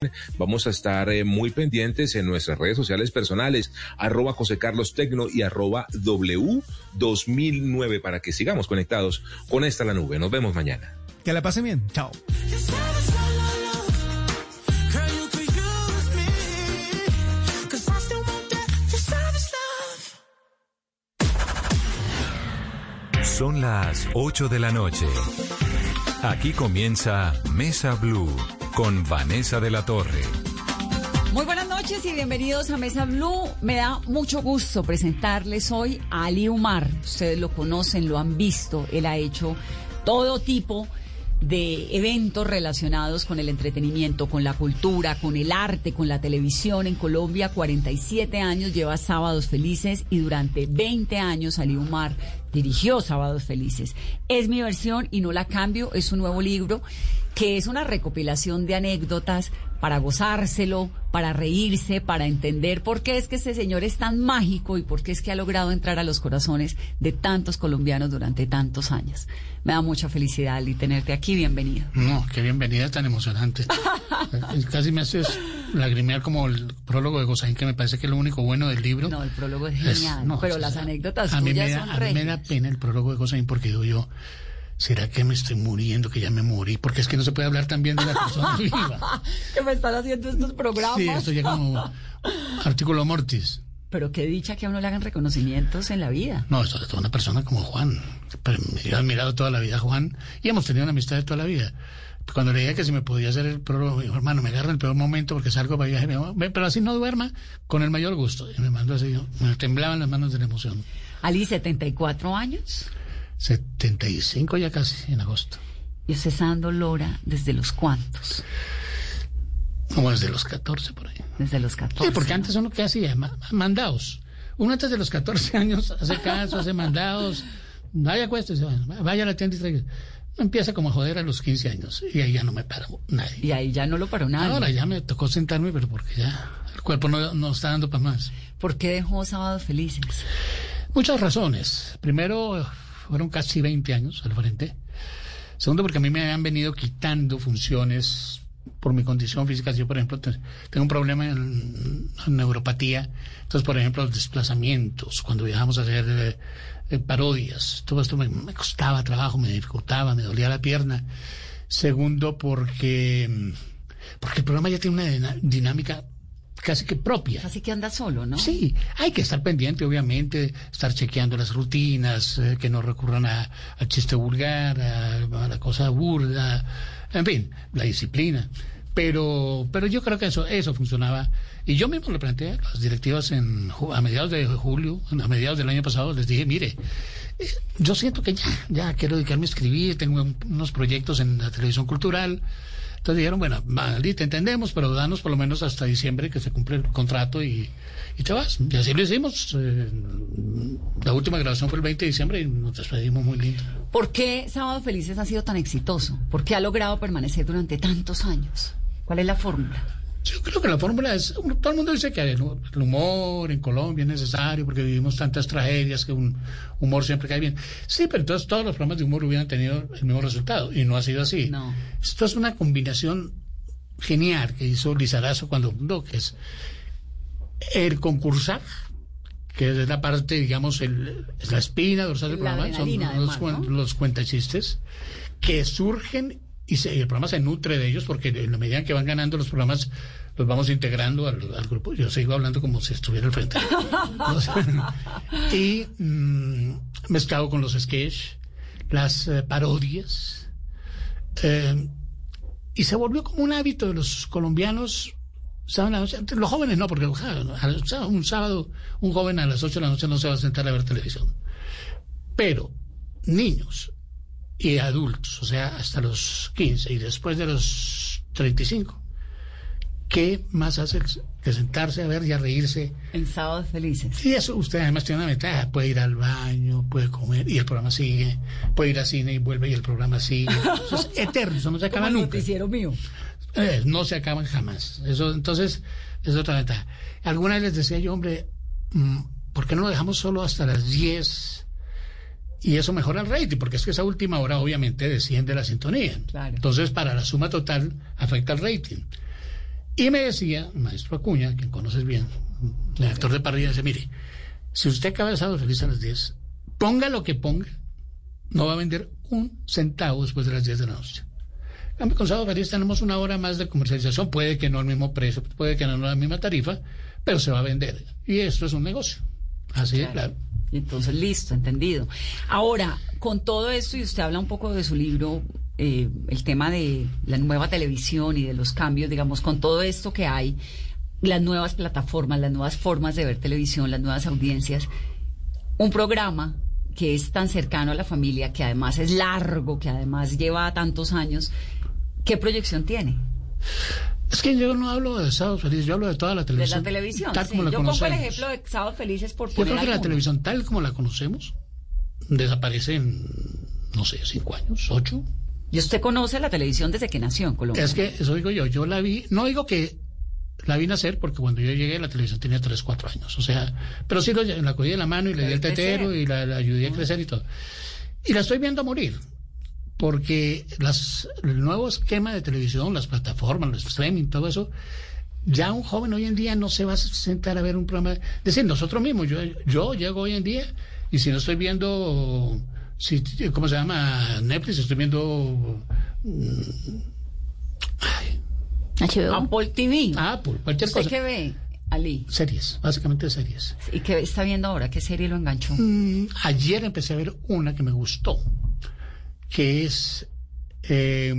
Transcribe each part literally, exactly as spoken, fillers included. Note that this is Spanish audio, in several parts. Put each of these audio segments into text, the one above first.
Vamos a estar eh, muy pendientes en nuestras redes sociales personales, arroba José Carlos Tecno y arroba W dos mil nueve, para que sigamos conectados con esta la nube. Nos vemos mañana. Que la pasen bien. Chao. Son las ocho de la noche. Aquí comienza Mesa Blue con Vanessa de la Torre. Muy buenas noches y bienvenidos a Mesa Blue. Me da mucho gusto presentarles hoy a Ali Umar. Ustedes lo conocen, lo han visto. Él ha hecho todo tipo de eventos relacionados con el entretenimiento, con la cultura, con el arte, con la televisión. En Colombia, cuarenta y siete años, lleva Sábados Felices y durante veinte años Ali Umar dirigió Sábados Felices. Es mi versión y no la cambio, es un nuevo libro que es una recopilación de anécdotas para gozárselo, para reírse, para entender por qué es que este señor es tan mágico y por qué es que ha logrado entrar a los corazones de tantos colombianos durante tantos años. Me da mucha felicidad, Ali, tenerte aquí. Bienvenido. No, qué bienvenida tan emocionante. Casi me haces lagrimear como el prólogo de Gozaín, que me parece que es lo único bueno del libro. No, el prólogo es genial, es, no, pero o sea, las anécdotas a tuyas mí me da, son A mí me da pena el prólogo de Gozaín porque digo yo, ¿será que me estoy muriendo, que ya me morí? Porque es que no se puede hablar también de la persona viva. Que me están haciendo estos programas. Sí, esto ya como artículo mortis. Pero qué dicha que a uno le hagan reconocimientos en la vida. No, sobre todo una persona como Juan. Me he admirado toda la vida a Juan y hemos tenido una amistad de toda la vida. Cuando le dije que si me podía hacer el prólogo, me dijo, hermano, me agarra el peor momento porque salgo para viaje, me dijo, pero así no duerma, con el mayor gusto. Y me mandó así, me temblaban las manos de la emoción. Ali, setenta y cuatro años. setenta y cinco ya casi, en agosto. ¿Y usted está dando lora desde los cuántos? Como desde los catorce, por ahí. Desde los catorce. Sí, porque antes uno, ¿qué hacía? Mandados. Uno antes de los catorce años hace caso, hace mandados. Vaya, acuéstese, vaya a la tienda y traiga. Empieza como a joder a los quince años y ahí ya no me paró nadie. Y ahí ya no lo paró nadie. Ahora ya me tocó sentarme, pero porque ya el cuerpo no, no está dando para más. ¿Por qué dejó Sábados Felices? Muchas razones. Primero, fueron casi veinte años al frente. Segundo, porque a mí me han venido quitando funciones por mi condición física. Yo, por ejemplo, tengo un problema en, en neuropatía. Entonces, por ejemplo, los desplazamientos, cuando viajamos a hacer eh, eh, parodias, todo esto me, me costaba trabajo, me dificultaba, me dolía la pierna. Segundo, porque, porque el programa ya tiene una dinámica casi que propia. Casi que anda solo, ¿no? Sí, hay que estar pendiente, obviamente, estar chequeando las rutinas, eh, que no recurran a, al chiste vulgar, a, a la cosa burda, en fin, la disciplina. Pero pero yo creo que eso eso funcionaba. Y yo mismo le planteé a las directivas en, a mediados de julio, a mediados del año pasado, les dije, mire, eh, yo siento que ya, ya quiero dedicarme a escribir, tengo un, unos proyectos en la televisión cultural. Entonces dijeron, bueno, vale, te entendemos, pero danos por lo menos hasta diciembre que se cumple el contrato y, y te vas. Y así lo hicimos. Eh, la última grabación fue el veinte de diciembre y nos despedimos muy lindo. ¿Por qué Sábados Felices ha sido tan exitoso? ¿Por qué ha logrado permanecer durante tantos años? ¿Cuál es la fórmula? Yo creo que la fórmula es, todo el mundo dice que el humor en Colombia es necesario porque vivimos tantas tragedias que un humor siempre cae bien. Sí, pero entonces todos los programas de humor hubieran tenido el mismo resultado y no ha sido así. No. Esto es una combinación genial que hizo Lizarazo cuando fundó, que es el concursar, que es la parte, digamos, el, es la espina dorsal del la programa, son los, además, ¿no? los cuentachistes que surgen. Y, se, y el programa se nutre de ellos porque en la medida en que van ganando los programas los vamos integrando al, al grupo. Yo sigo hablando como si estuviera al frente. Y mmm, mezclado con los sketches, las eh, parodias. Eh, y se volvió como un hábito de los colombianos. ¿Saben? Los jóvenes no, porque un sábado un joven a las ocho de la noche no se va a sentar a ver televisión. Pero niños y adultos, o sea, hasta los quince y después de los treinta y cinco, ¿qué más hace que sentarse a ver y a reírse? En Sábados Felices. Y eso usted además tiene una ventaja, puede ir al baño, puede comer y el programa sigue, puede ir al cine y vuelve y el programa sigue. Eso es eterno, eso no se acaba Como el nunca. noticiero mío. Eh, no se acaban jamás. Eso, entonces, es otra ventaja. Alguna vez les decía yo, hombre, ¿por qué no lo dejamos solo hasta las diez? Y eso mejora el rating, porque es que esa última hora obviamente desciende la sintonía. Claro. Entonces, para la suma total, afecta el rating. Y me decía, maestro Acuña, quien conoces bien, el actor de parrilla, dice, mire, si usted acaba de Sábado Feliz a las diez, ponga lo que ponga, no va a vender un centavo después de las diez de la noche. En cambio, con Sábado Feliz tenemos una hora más de comercialización, puede que no al mismo precio, puede que no a la misma tarifa, pero se va a vender. Y esto es un negocio. Así claro. es, claro. Entonces, listo, entendido. Ahora, con todo esto, y usted habla un poco de su libro, eh, el tema de la nueva televisión y de los cambios, digamos, con todo esto que hay, las nuevas plataformas, las nuevas formas de ver televisión, las nuevas audiencias, un programa que es tan cercano a la familia, que además es largo, que además lleva tantos años, ¿qué proyección tiene? Es que yo no hablo de Sábado Feliz, yo hablo de toda la televisión. De la televisión, tal sí. como la Yo conocemos. pongo el ejemplo de Sábado Felices por Yo poner creo que alguno. la televisión tal como la conocemos desaparece en, no sé, cinco años, ocho. Y usted conoce la televisión desde que nació en Colombia. Es que eso digo yo, yo la vi, no digo que la vi nacer porque cuando yo llegué la televisión tenía tres, cuatro años, o sea, pero sí lo, la cogí de la mano y le di el tetero y la, la ayudé a crecer y todo. Y la estoy viendo morir. Porque las, el nuevo esquema de televisión, las plataformas, los streaming, todo eso, ya un joven hoy en día no se va a sentar a ver un programa. Es decir, nosotros mismos, yo, yo llego hoy en día y si no estoy viendo, si, ¿cómo se llama? Netflix, estoy viendo... Ay, H B O. Apple T V. Apple, cualquier ¿Usted cosa. qué ve, Ali? Series, básicamente series. ¿Y qué está viendo ahora? ¿Qué serie lo enganchó? Mm, ayer empecé a ver una que me gustó, que es... Eh,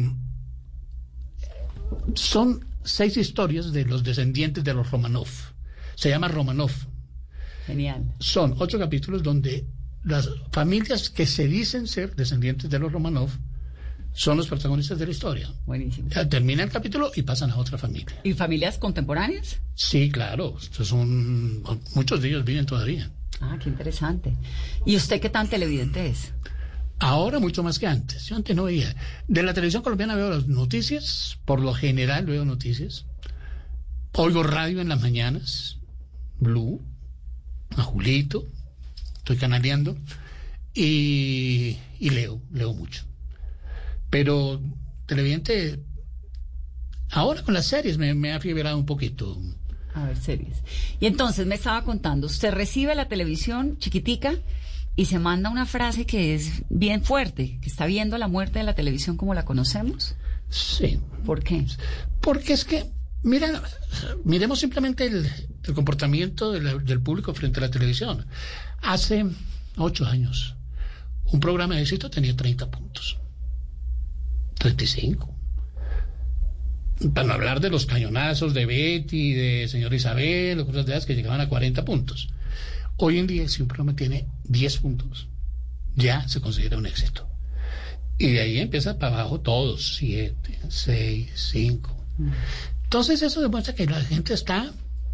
son seis historias de los descendientes de los Romanov. Se llama Romanov. Genial. Son ocho capítulos donde las familias que se dicen ser descendientes de los Romanov son los protagonistas de la historia. Buenísimo. Termina el capítulo y pasan a otra familia. ¿Y familias contemporáneas? Sí, claro. Estos son, muchos de ellos viven todavía. Ah, qué interesante. ¿Y usted qué tan televidente es? Ahora mucho más que antes. Yo antes no veía. De la televisión colombiana veo las noticias, por lo general veo noticias. Oigo radio en las mañanas, Blue, a Julito, estoy canaleando, y, y leo, leo mucho. Pero televidente, ahora con las series me, me ha fibrado un poquito. A ver, series. Y entonces me estaba contando, usted recibe la televisión chiquitica y se manda una frase que es bien fuerte, que está viendo la muerte de la televisión como la conocemos. Sí. ¿Por qué? Porque es que, mira, miremos simplemente el, el comportamiento de la, del público frente a la televisión. Hace ocho años, un programa de éxito tenía treinta puntos. treinta y cinco. Para no hablar de los cañonazos de Betty, de Señor Isabel, o cosas de esas que llegaban a cuarenta puntos. Hoy en día, si un programa tiene diez puntos, ya se considera un éxito. Y de ahí empieza para abajo todos, siete, seis, cinco. Entonces eso demuestra que la gente está,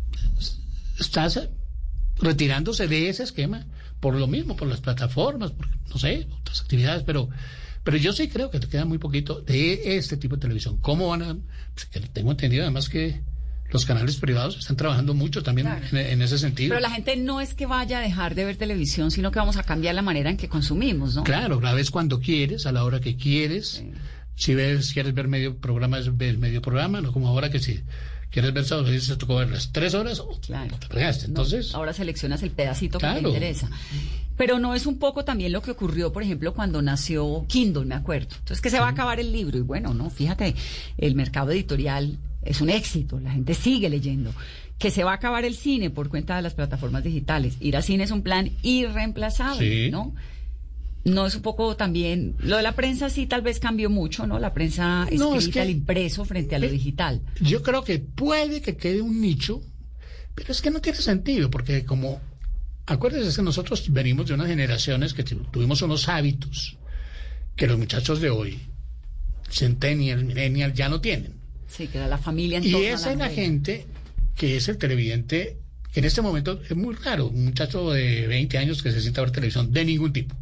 está retirándose de ese esquema por lo mismo, por las plataformas, por, no sé, otras actividades, pero... Pero yo sí creo que te queda muy poquito de este tipo de televisión. ¿Cómo van a...? Pues que tengo entendido además que los canales privados están trabajando mucho también claro. en, en ese sentido. Pero la gente no es que vaya a dejar de ver televisión, sino que vamos a cambiar la manera en que consumimos, ¿no? Claro, la ves cuando quieres, a la hora que quieres. Sí. Si ves, quieres ver medio programa, ves medio programa, no como ahora que si quieres ver Sábado Feliz, te tocó ver las tres horas o claro. te fregaste. Entonces... No, ahora seleccionas el pedacito claro. que te interesa. Pero no es un poco también lo que ocurrió, por ejemplo, cuando nació Kindle, me acuerdo. Entonces, que se sí. va a acabar el libro. Y bueno, no, fíjate, el mercado editorial es un éxito, la gente sigue leyendo. Que se va a acabar el cine por cuenta de las plataformas digitales. Ir al cine es un plan irreemplazable, sí. ¿no? No es un poco también... Lo de la prensa sí tal vez cambió mucho, ¿no? La prensa escrita, no, es que, el impreso frente a lo digital. Yo creo que puede que quede un nicho, pero es que no tiene sentido, porque como... Acuérdense que nosotros venimos de unas generaciones que tuvimos unos hábitos que los muchachos de hoy, centennial, millennial, ya no tienen. Sí, que era la familia en y torno esa a es la la gente que es el televidente, que en este momento es muy raro, un muchacho de veinte años que se sienta a ver televisión de ningún tipo.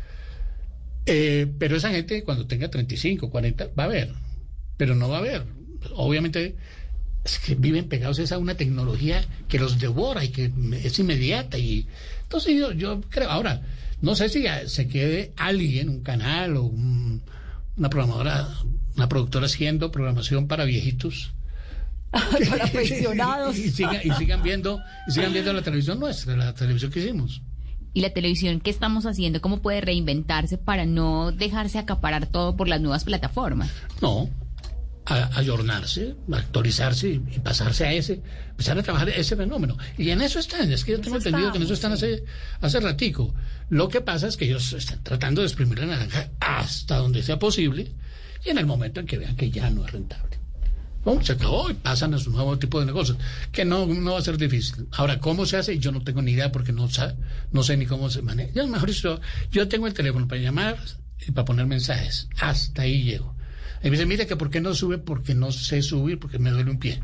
Eh, pero esa gente cuando tenga treinta y cinco, cuarenta, va a ver, pero no va a ver. Obviamente... es que viven pegados a una tecnología que los devora y que es inmediata y entonces yo, yo creo, ahora no sé si se quede alguien, un canal o un, una programadora, una productora haciendo programación para viejitos Para pensionados. y, sigan, y sigan viendo, y sigan viendo la televisión nuestra, la televisión que hicimos. Y la televisión, ¿qué estamos haciendo? ¿Cómo puede reinventarse para no dejarse acaparar todo por las nuevas plataformas? No, a, ayornarse, actualizarse y, y pasarse a ese, empezar a trabajar ese fenómeno. Y en eso están, es que yo tengo Eso entendido que en eso estamos, están hace, hace ratico. Lo que pasa es que ellos están tratando de exprimir la naranja hasta donde sea posible y en el momento en que vean que ya no es rentable. ¿No? Se acabó y pasan a su nuevo tipo de negocios, que no, no va a ser difícil. Ahora, ¿cómo se hace? Yo no tengo ni idea porque no, sa- no sé ni cómo se maneja. Yo, mejor dicho, yo tengo el teléfono para llamar y para poner mensajes. Hasta ahí llego. Y me dice, mire que por qué no sube, porque no sé subir, porque me duele un pie.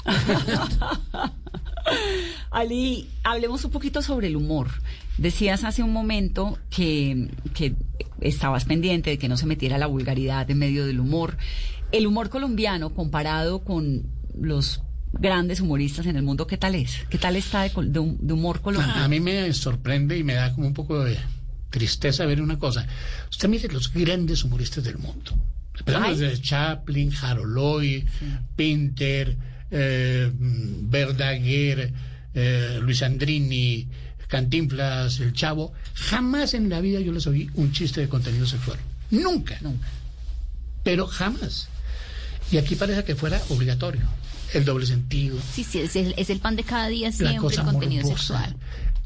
Ali, hablemos un poquito sobre el humor. Decías hace un momento que, que estabas pendiente de que no se metiera la vulgaridad en medio del humor. El humor colombiano, comparado con los grandes humoristas en el mundo, ¿qué tal es? ¿Qué tal está de, col- de, hum- de humor colombiano? A, a mí me sorprende y me da como un poco de tristeza ver una cosa. Usted mire los grandes humoristas del mundo. Empezando Ay. desde Chaplin, Harold Lloyd, Pinter, eh, Verdaguer, eh, Luis Andrini, Cantinflas, El Chavo. Jamás en la vida yo les oí un chiste de contenido sexual. Nunca. Nunca. Pero jamás. Y aquí parece que fuera obligatorio. El doble sentido, Sí, sí, es el, es el pan de cada día la siempre, cosa el contenido morbosa. sexual.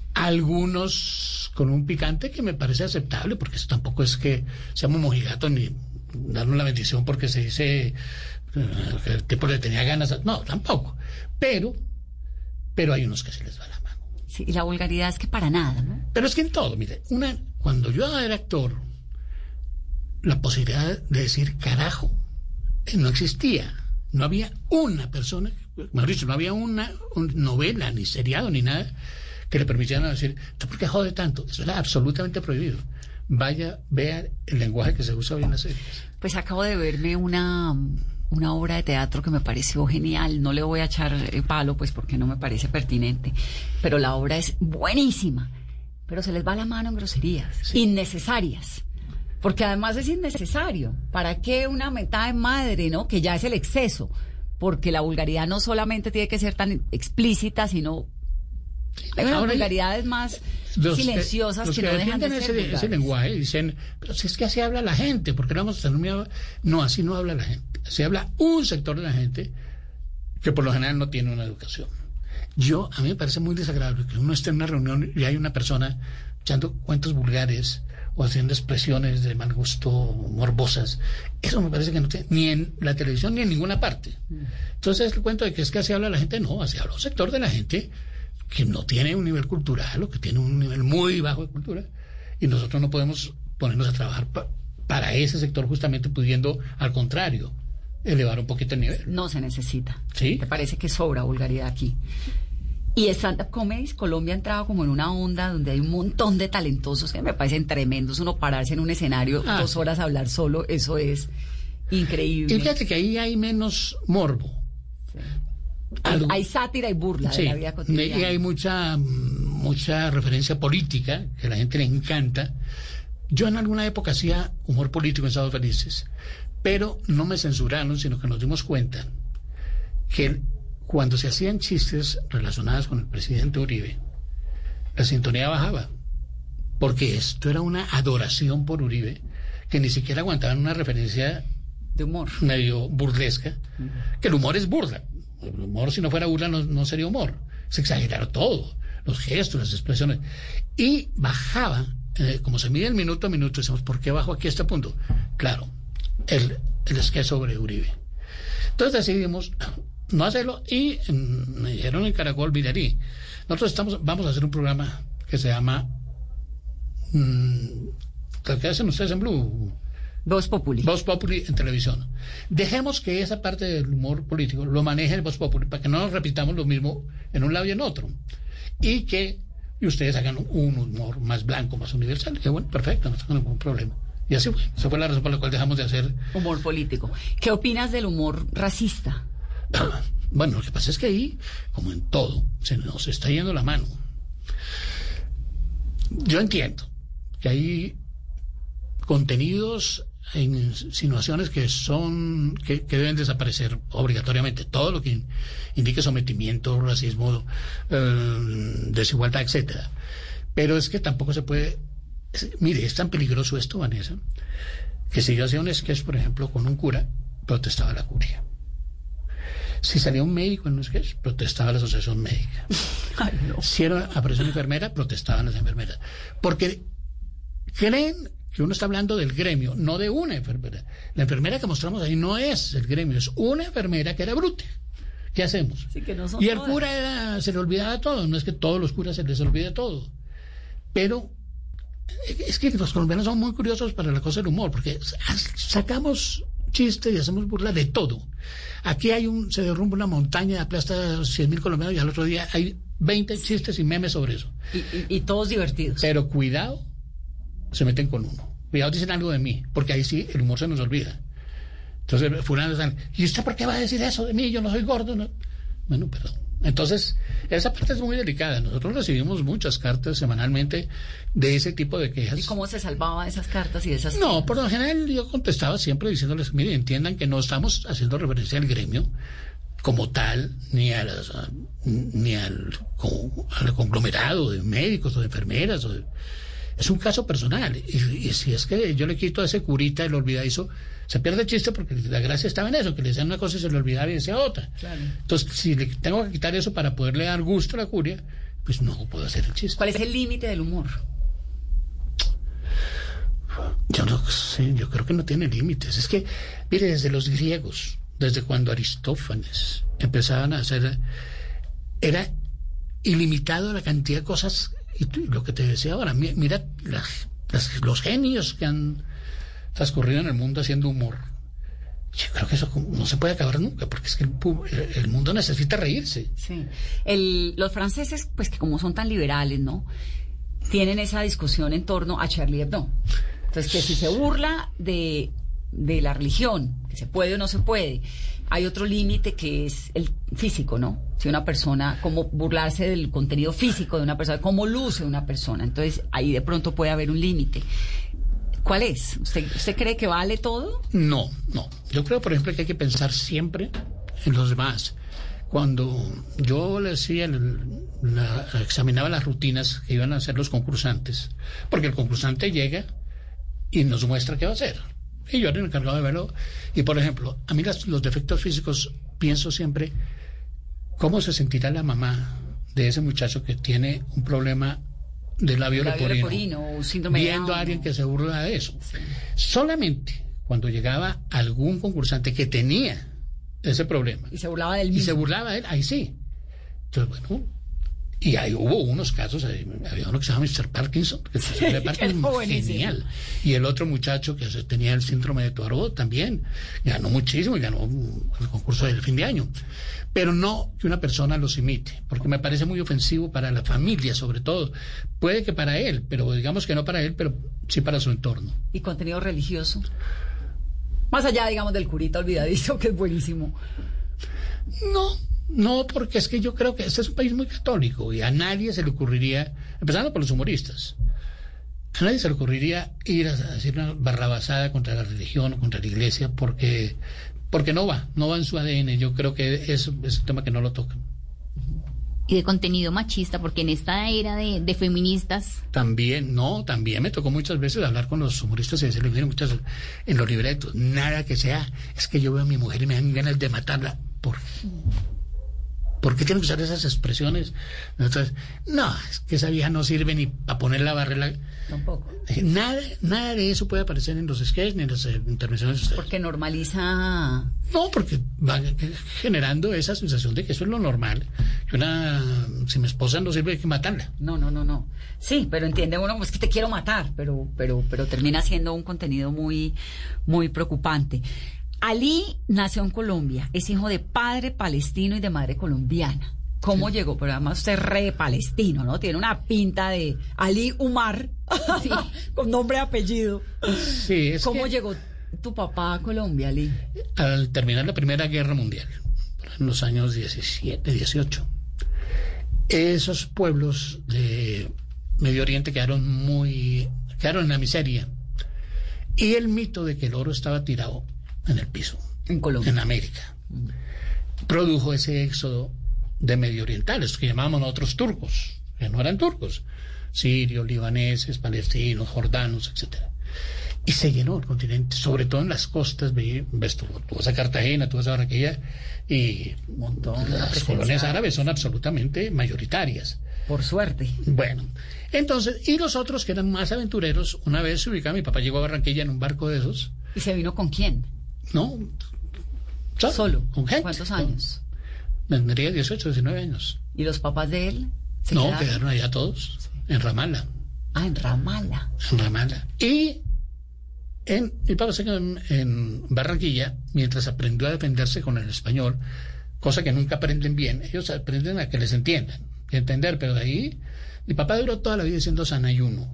Algunos con un picante que me parece aceptable, porque eso tampoco es que seamos mojigatos ni darnos la bendición porque se dice eh, que el tipo le tenía ganas. No, tampoco. Pero, pero hay unos que se les va la mano. Sí, y la vulgaridad es que para nada, ¿no? Pero es que en todo, mire, una, cuando yo era actor, la posibilidad de decir carajo eh, no existía. No había una persona, mejor dicho, no había una, una novela, ni seriado, ni nada que le permitieran decir, ¿por qué jode tanto? Eso era absolutamente prohibido. Vaya, vea el lenguaje que se usa hoy en las series. Pues acabo de verme una, una obra de teatro que me pareció genial. No le voy a echar eh, palo, pues porque no me parece pertinente. Pero la obra es buenísima. Pero se les va la mano en groserías. Sí. Innecesarias. Porque además es innecesario. ¿Para qué una mentada de madre, no? Que ya es el exceso. Porque la vulgaridad no solamente tiene que ser tan explícita, sino... Hay unas Ahora, vulgaridades más Los que- silenciosas los que, que no dejan de defienden ser ese, ese vulgares. lenguaje dicen, pero si es que así habla la gente, ¿por qué no vamos a tener miedo? No, así no habla la gente. Así habla un sector de la gente que por lo general no tiene una educación. Yo, a mí me parece muy desagradable que uno esté en una reunión y hay una persona echando cuentos vulgares o haciendo expresiones de mal gusto morbosas. Eso me parece que no tiene ni en la televisión ni en ninguna parte. Entonces el cuento de que es que así habla la gente, no, así habla un sector de la gente que no tiene un nivel cultural o que tiene un nivel muy bajo de cultura y nosotros no podemos ponernos a trabajar pa- para ese sector justamente pudiendo, al contrario, elevar un poquito el nivel. No se necesita. Sí. ¿Te parece que sobra vulgaridad aquí? Y stand-up comedies, Colombia ha entrado como en una onda donde hay un montón de talentosos que me parecen tremendos. Uno pararse en un escenario Ah. dos horas a hablar solo, eso es increíble. Y fíjate que ahí hay menos morbo. Hay, Algo- hay sátira y burla Sí, de la vida y cotidiana. hay mucha mucha referencia política que a la gente le encanta. Yo en alguna época hacía humor político en Sábados Felices, pero no me censuraron, sino que nos dimos cuenta que cuando se hacían chistes relacionados con el presidente Uribe, la sintonía bajaba, porque esto era una adoración por Uribe, que ni siquiera aguantaban una referencia De humor. medio burlesca, que el humor es burla. El humor, si no fuera burla, no, no sería humor. Se exageraron todo, los gestos, las expresiones. Y bajaba, eh, como se mide el minuto a minuto, decimos, ¿por qué bajo aquí a este punto? Claro, el, el sketch sobre Uribe. Entonces decidimos no hacerlo y mm, me dijeron en Caracol, Villarí, nosotros estamos, vamos a hacer un programa que se llama mm, ¿qué hacen ustedes en Blue? Voz Populi. Voz Populi en televisión. Dejemos que esa parte del humor político lo maneje el Voz Populi para que no nos repitamos lo mismo en un lado y en otro. Y que y ustedes hagan un humor más blanco, más universal. Y que bueno, perfecto, no tengo ningún problema. Y así fue. Esa fue la razón por la cual dejamos de hacer. Humor político. ¿Qué opinas del humor racista? Bueno, lo que pasa es que ahí, como en todo, se nos está yendo la mano. Yo entiendo que hay contenidos insinuaciones que son que, que deben desaparecer obligatoriamente. Todo lo que indique sometimiento, racismo, eh, desigualdad, etcétera. Pero es que tampoco se puede... Es, mire, es tan peligroso esto, Vanessa, que si yo hacía un sketch, por ejemplo, con un cura, protestaba la curia. Si salía un médico en un sketch, protestaba la asociación médica. Ay, no. Si era, apareció una enfermera, protestaban las enfermeras. Porque creen que uno está hablando del gremio, no de una enfermera. La enfermera que mostramos ahí no es el gremio, es una enfermera que era bruta. ¿Qué hacemos? Sí, que no son y el todas. cura era, se le olvidaba todo, no es que todos los curas se les olvide todo. Pero es que los colombianos son muy curiosos para la cosa del humor, porque sacamos chistes y hacemos burla de todo. Aquí hay un, se derrumba una montaña, aplasta cien mil colombianos y al otro día hay veinte chistes y memes sobre eso. Y, y, y todos divertidos. Pero cuidado, se meten con uno. Cuidado, dicen algo de mí, porque ahí sí el humor se nos olvida. Entonces, fulano están, ¿y usted por qué va a decir eso de mí? Yo no soy gordo. ¿No? Bueno, perdón. Entonces, esa parte es muy delicada. Nosotros recibimos muchas cartas semanalmente de ese tipo de quejas. ¿Y cómo se salvaba de esas cartas y de esas No, quejas? por lo general yo contestaba siempre diciéndoles, miren, entiendan que no estamos haciendo referencia al gremio como tal, ni a las, ni al, al conglomerado de médicos o de enfermeras. O de, es un caso personal. Y, y si es que yo le quito a ese curita el olvidadizo, se pierde el chiste porque la gracia estaba en eso, que le decían una cosa y se le olvidaba y decía otra. Claro. Entonces, si le tengo que quitar eso para poderle dar gusto a la curia, pues no puedo hacer el chiste. ¿Cuál es el límite del humor? Yo no sé, yo creo que no tiene límites. Es que, mire, desde los griegos, desde cuando Aristófanes empezaban a hacer, era ilimitado la cantidad de cosas, y lo que te decía ahora, mira las, las, los genios que han transcurrido en el mundo haciendo humor. Yo creo que eso no se puede acabar nunca, porque es que el, el mundo necesita reírse. Sí. El, los franceses, pues que como son tan liberales, ¿no? Tienen esa discusión en torno a Charlie Hebdo. Entonces, que si se burla de, de la religión, que se puede o no se puede, hay otro límite que es el físico, ¿no? Si una persona, cómo burlarse del contenido físico de una persona, cómo luce una persona. Entonces, ahí de pronto puede haber un límite. ¿Cuál es? ¿Usted, ¿Usted cree que vale todo? No, no. Yo creo, por ejemplo, que hay que pensar siempre en los demás. Cuando yo le decía, la, examinaba las rutinas que iban a hacer los concursantes, porque el concursante llega y nos muestra qué va a hacer. Y yo era el encargado de verlo. Y, por ejemplo, a mí las, los defectos físicos, pienso siempre, ¿cómo se sentirá la mamá de ese muchacho que tiene un problema del labio, labio leporino, leporino, síndrome viendo de a alguien que se burla de eso? Sí. Solamente cuando llegaba algún concursante que tenía ese problema y se burlaba del mismo. y se burlaba de él, ahí sí. Entonces, bueno, y ahí hubo unos casos, había uno que se llama mister Parkinson, que sí, se Parkinson, genial, y el otro muchacho que tenía el síndrome de Poirot también ganó muchísimo y ganó el concurso del fin de año. Pero no que una persona los imite, porque me parece muy ofensivo para la familia, sobre todo. Puede que para él, pero digamos que no para él, pero sí para su entorno. ¿Y contenido religioso? Más allá, digamos, del curita olvidadizo, que es buenísimo. No, no, porque es que yo creo que este es un país muy católico y a nadie se le ocurriría, empezando por los humoristas, a nadie se le ocurriría ir a decir una barrabasada contra la religión o contra la iglesia, porque... porque no va, no va en su A D N. Yo creo que es, es un tema que no lo tocan. Y de contenido machista, porque en esta era de, de feministas... También, no, también me tocó muchas veces hablar con los humoristas y decirles, miren, muchas en los libretos, nada que sea, es que yo veo a mi mujer y me dan ganas de matarla. ¿Por qué? ¿Por qué tienen que usar esas expresiones? Entonces, no, es que esa vieja no sirve ni para poner la barrera. Tampoco. Nada, nada de eso puede aparecer en los sketches ni en las eh, intervenciones. Porque normaliza... No, porque va generando esa sensación de que eso es lo normal. Que una, si mi esposa no sirve, hay que matarla. No, no, no, no. Sí, pero entiende uno, pues que te quiero matar, pero, pero, pero termina siendo un contenido muy, muy preocupante. Ali nació en Colombia, es hijo de padre palestino y de madre colombiana. ¿Cómo sí. llegó? Pero además usted es re palestino, ¿no? Tiene una pinta de Ali Umar, sí. con nombre y apellido. Sí, es ¿Cómo que... llegó tu papá a Colombia, Ali? Al terminar la Primera Guerra Mundial, en los años diecisiete, dieciocho, esos pueblos de Medio Oriente quedaron muy... quedaron en la miseria. y el mito de que el oro estaba tirado en el piso. En Colombia. En América. Produjo ese éxodo de medio orientales, que llamábamos nosotros turcos, que no eran turcos, sirios, libaneses, palestinos, jordanos, etcétera. Y se llenó el continente, sobre todo en las costas. Ves tú, tú vas a Cartagena, tú vas a Barranquilla, y un montón de las colonias árabes son absolutamente mayoritarias. Por suerte. Bueno, entonces, y los otros que eran más aventureros, una vez se ubicaban, mi papá llegó a Barranquilla en un barco de esos. ¿Y se vino con quién? No, solo. Solo. Con gente. ¿Cuántos años? Tendría dieciocho, diecinueve años. ¿Y los papás de él? ¿Se no, quedaron? quedaron allá todos, en Ramala. Ah, en Ramala. En Ramala. Y en, mi papá se quedó en, en Barranquilla mientras aprendió a defenderse con el español, cosa que nunca aprenden bien. Ellos aprenden a que les entiendan y entender, pero de ahí mi papá duró toda la vida diciendo sanayuno.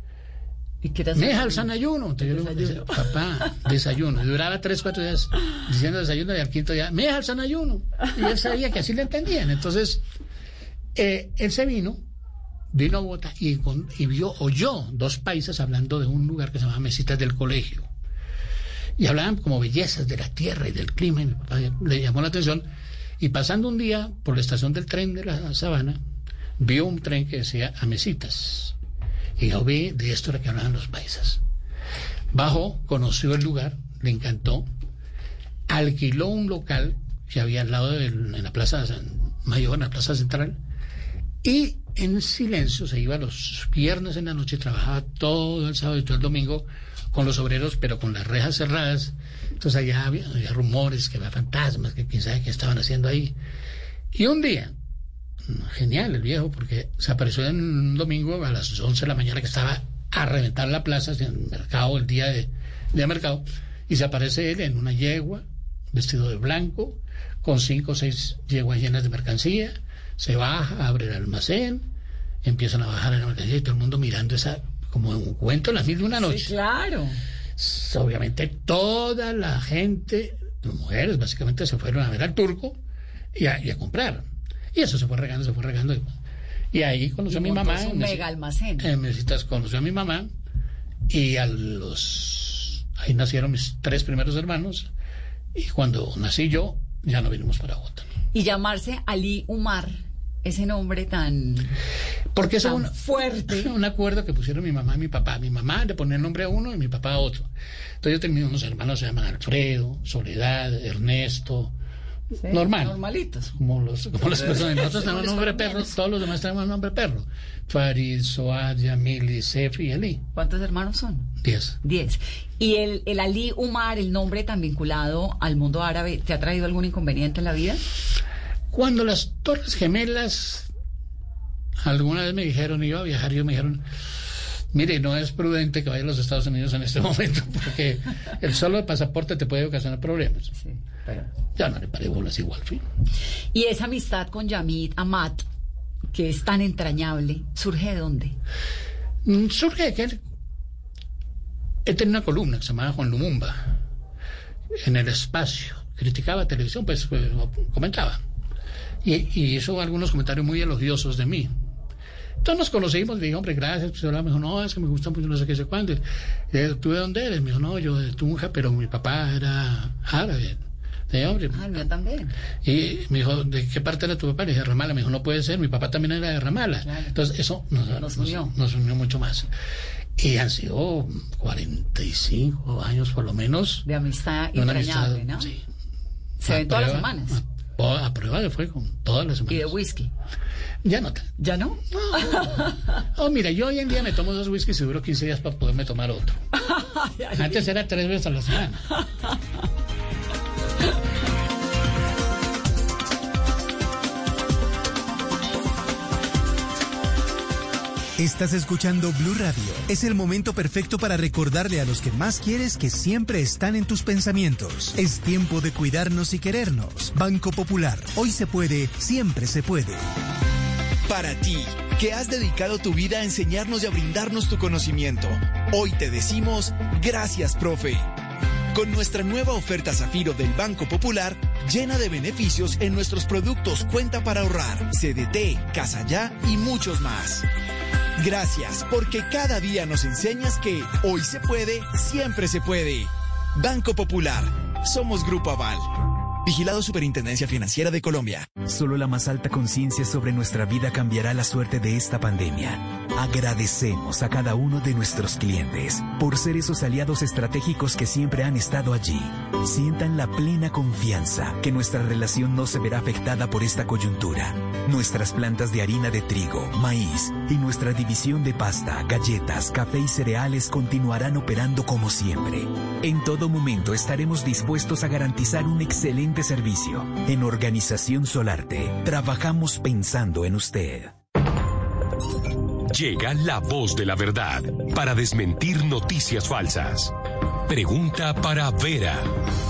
¿Y qué era Me deja el sanayuno. Entonces yo le decía, papá, desayuno. Y duraba tres, cuatro días diciendo desayuno, y al quinto día, me deja el sanayuno. Y él sabía que así le entendían. Entonces, eh, él se vino, vino a Bogotá y, con, y vio, oyó dos paisas hablando de un lugar que se llamaba Mesitas del Colegio. Y hablaban como bellezas de la tierra y del clima. Y mi papá le llamó la atención. Y pasando un día por la estación del tren de la Sabana, vio un tren que decía a Mesitas. Y yo vi, de esto era que hablaban los paisas. Bajó, conoció el lugar, le encantó, alquiló un local que había al lado de en la Plaza Mayor, en la Plaza Central, y en silencio se iba los viernes en la noche, trabajaba todo el sábado y todo el domingo con los obreros, pero con las rejas cerradas. Entonces allá había, había rumores, que había fantasmas, que quién sabe qué estaban haciendo ahí. Y un día, genial el viejo, porque se apareció en un domingo a las once de la mañana, que estaba a reventar la plaza, en el mercado, el día de, de mercado, y se aparece él en una yegua, vestido de blanco, con cinco o seis yeguas llenas de mercancía, se baja, abre el almacén, empiezan a bajar en la mercancía y todo el mundo mirando esa, como un cuento, las mil de una noche. Sí, claro. Obviamente toda la gente, las mujeres básicamente, se fueron a ver al turco y a, y a comprar. Y eso se fue regando, se fue regando. Y ahí conoció y a mi mamá. Un mega almacén. En Mesitas conoció a mi mamá. Y a los... ahí nacieron mis tres primeros hermanos. Y cuando nací yo, ya no vinimos para Bogotá. Y llamarse Ali Umar, ese nombre tan... Porque eso tan es un, fuerte. Un acuerdo que pusieron mi mamá y mi papá. Mi mamá le ponía el nombre a uno y mi papá a otro. Entonces yo tenía unos hermanos, se llaman Alfredo, Soledad, Ernesto... Sí, normal. Normalitos. Como, los, como las personas. Nosotros tenemos nombre perro, todos los demás tenemos nombre perro. Farid, Soad, Yamili, Sefi y Ali. ¿Cuántos hermanos son? Diez. Diez. ¿Y el, el Ali Umar, el nombre tan vinculado al mundo árabe, te ha traído algún inconveniente en la vida? Cuando las Torres Gemelas, alguna vez me dijeron, iba a viajar, y me dijeron, mire, no es prudente que vaya a los Estados Unidos en este momento, porque el solo pasaporte te puede ocasionar problemas. Sí, pero... ya no le paré bolas igual, fin. Y esa amistad con Yamid Amat, que es tan entrañable, ¿surge de dónde? Mm, surge de que él, él tenía una columna que se llamaba Juan Lumumba, en El Espacio, criticaba televisión, pues, pues comentaba, y, y hizo algunos comentarios muy elogiosos de mí. Entonces nos conocimos, le dije, hombre, gracias. Pues me dijo, no, es que me gusta mucho, no sé qué, sé cuándo. ¿Tú de dónde eres? Me dijo, no, yo de Tunja, pero mi papá era árabe. Le dije, hombre. Ah, el mío también. Y me dijo, ¿de qué parte era tu papá? Le dije, Ramala. Me dijo, no puede ser, mi papá también era de Ramala. Claro. Entonces eso nos, nos, unió. Nos, nos unió mucho más. Y han sido cuarenta y cinco años por lo menos. De amistad entrañable, ¿no? Sí. Se ven todas las semanas. A, a prueba de fuego, todas las semanas. ¿Y de whisky? Ya no. ¿Ya no? No. Oh, mira, yo hoy en día me tomo dos whiskies y duro quince días para poderme tomar otro. Antes era tres veces a la semana. Estás escuchando Blue Radio. Es el momento perfecto para recordarle a los que más quieres que siempre están en tus pensamientos. Es tiempo de cuidarnos y querernos. Banco Popular. Hoy se puede, siempre se puede. Para ti, que has dedicado tu vida a enseñarnos y a brindarnos tu conocimiento, hoy te decimos gracias, profe. Con nuestra nueva oferta Zafiro del Banco Popular, llena de beneficios en nuestros productos Cuenta para Ahorrar, C D T, Casa Ya y muchos más. Gracias, porque cada día nos enseñas que hoy se puede, siempre se puede. Banco Popular. Somos Grupo Aval. Vigilado Superintendencia Financiera de Colombia. Solo la más alta conciencia sobre nuestra vida cambiará la suerte de esta pandemia. Agradecemos a cada uno de nuestros clientes por ser esos aliados estratégicos que siempre han estado allí. Sientan la plena confianza que nuestra relación no se verá afectada por esta coyuntura. Nuestras plantas de harina de trigo, maíz y nuestra división de pasta, galletas, café y cereales continuarán operando como siempre. En todo momento estaremos dispuestos a garantizar un excelente servicio. En Organización Solarte, trabajamos pensando en usted. Llega la voz de la verdad para desmentir noticias falsas. Pregunta para Vera.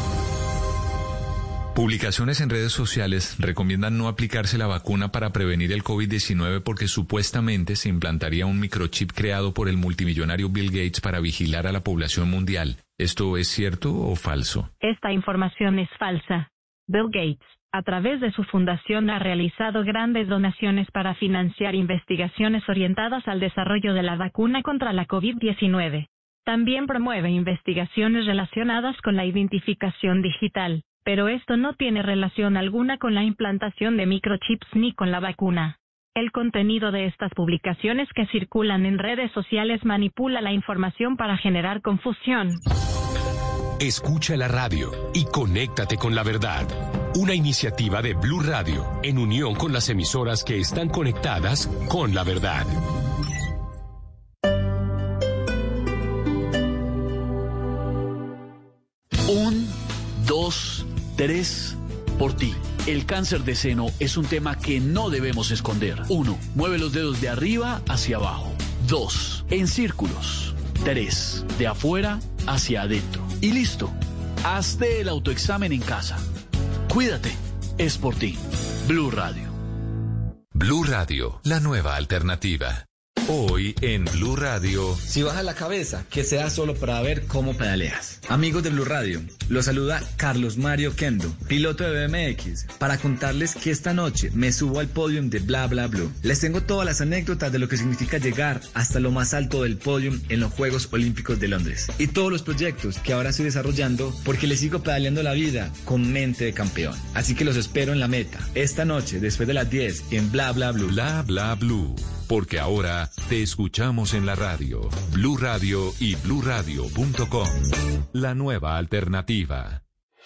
Publicaciones en redes sociales recomiendan no aplicarse la vacuna para prevenir el COVID diecinueve porque supuestamente se implantaría un microchip creado por el multimillonario Bill Gates para vigilar a la población mundial. ¿Esto es cierto o falso? Esta información es falsa. Bill Gates, a través de su fundación, ha realizado grandes donaciones para financiar investigaciones orientadas al desarrollo de la vacuna contra la COVID diecinueve. También promueve investigaciones relacionadas con la identificación digital, pero esto no tiene relación alguna con la implantación de microchips ni con la vacuna. El contenido de estas publicaciones que circulan en redes sociales manipula la información para generar confusión. Escucha la radio y conéctate con la verdad. Una iniciativa de Blue Radio en unión con las emisoras que están conectadas con la verdad. Un, dos, tres, por ti. El cáncer de seno es un tema que no debemos esconder. Uno, mueve los dedos de arriba hacia abajo. Dos, en círculos. Tres, de afuera hacia adentro. Y listo. Hazte el autoexamen en casa. Cuídate. Es por ti. Blue Radio. Blue Radio, la nueva alternativa. Hoy en Blue Radio. Si bajas la cabeza, que sea solo para ver cómo pedaleas. Amigos de Blue Radio, los saluda Carlos Mario Kendo, piloto de B M X, para contarles que esta noche me subo al podium de Bla Bla Blue. Les tengo todas las anécdotas de lo que significa llegar hasta lo más alto del podium en los Juegos Olímpicos de Londres. Y todos los proyectos que ahora estoy desarrollando porque les sigo pedaleando la vida con mente de campeón. Así que los espero en la meta, esta noche después de las diez en Bla Bla Blue. Bla Bla Blue. Porque ahora te escuchamos en la radio, Blue Radio y blue radio punto com. La nueva alternativa.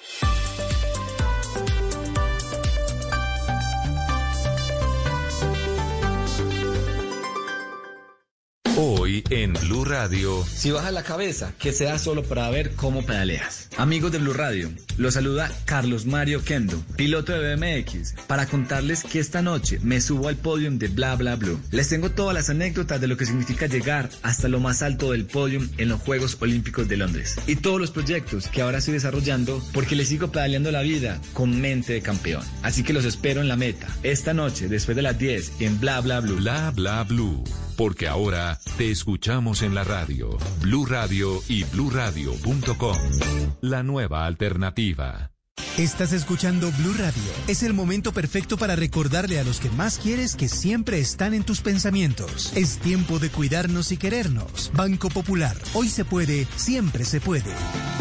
Hoy en Blue Radio. Si bajas la cabeza, que sea solo para ver cómo pedaleas. Amigos de Blue Radio, los saluda Carlos Mario Kendo, piloto de B M X, para contarles que esta noche me subo al podium de Bla Bla Blue. Les tengo todas las anécdotas de lo que significa llegar hasta lo más alto del podium en los Juegos Olímpicos de Londres. Y todos los proyectos que ahora estoy desarrollando porque les sigo pedaleando la vida con mente de campeón. Así que los espero en la meta, esta noche después de las diez en Bla Bla Blue. Bla Bla Blue. Porque ahora te escuchamos en la radio, Blue Radio y blue radio punto com. La nueva alternativa. Estás escuchando Blue Radio. Es el momento perfecto para recordarle a los que más quieres que siempre están en tus pensamientos. Es tiempo de cuidarnos y querernos. Banco Popular. Hoy se puede, siempre se puede.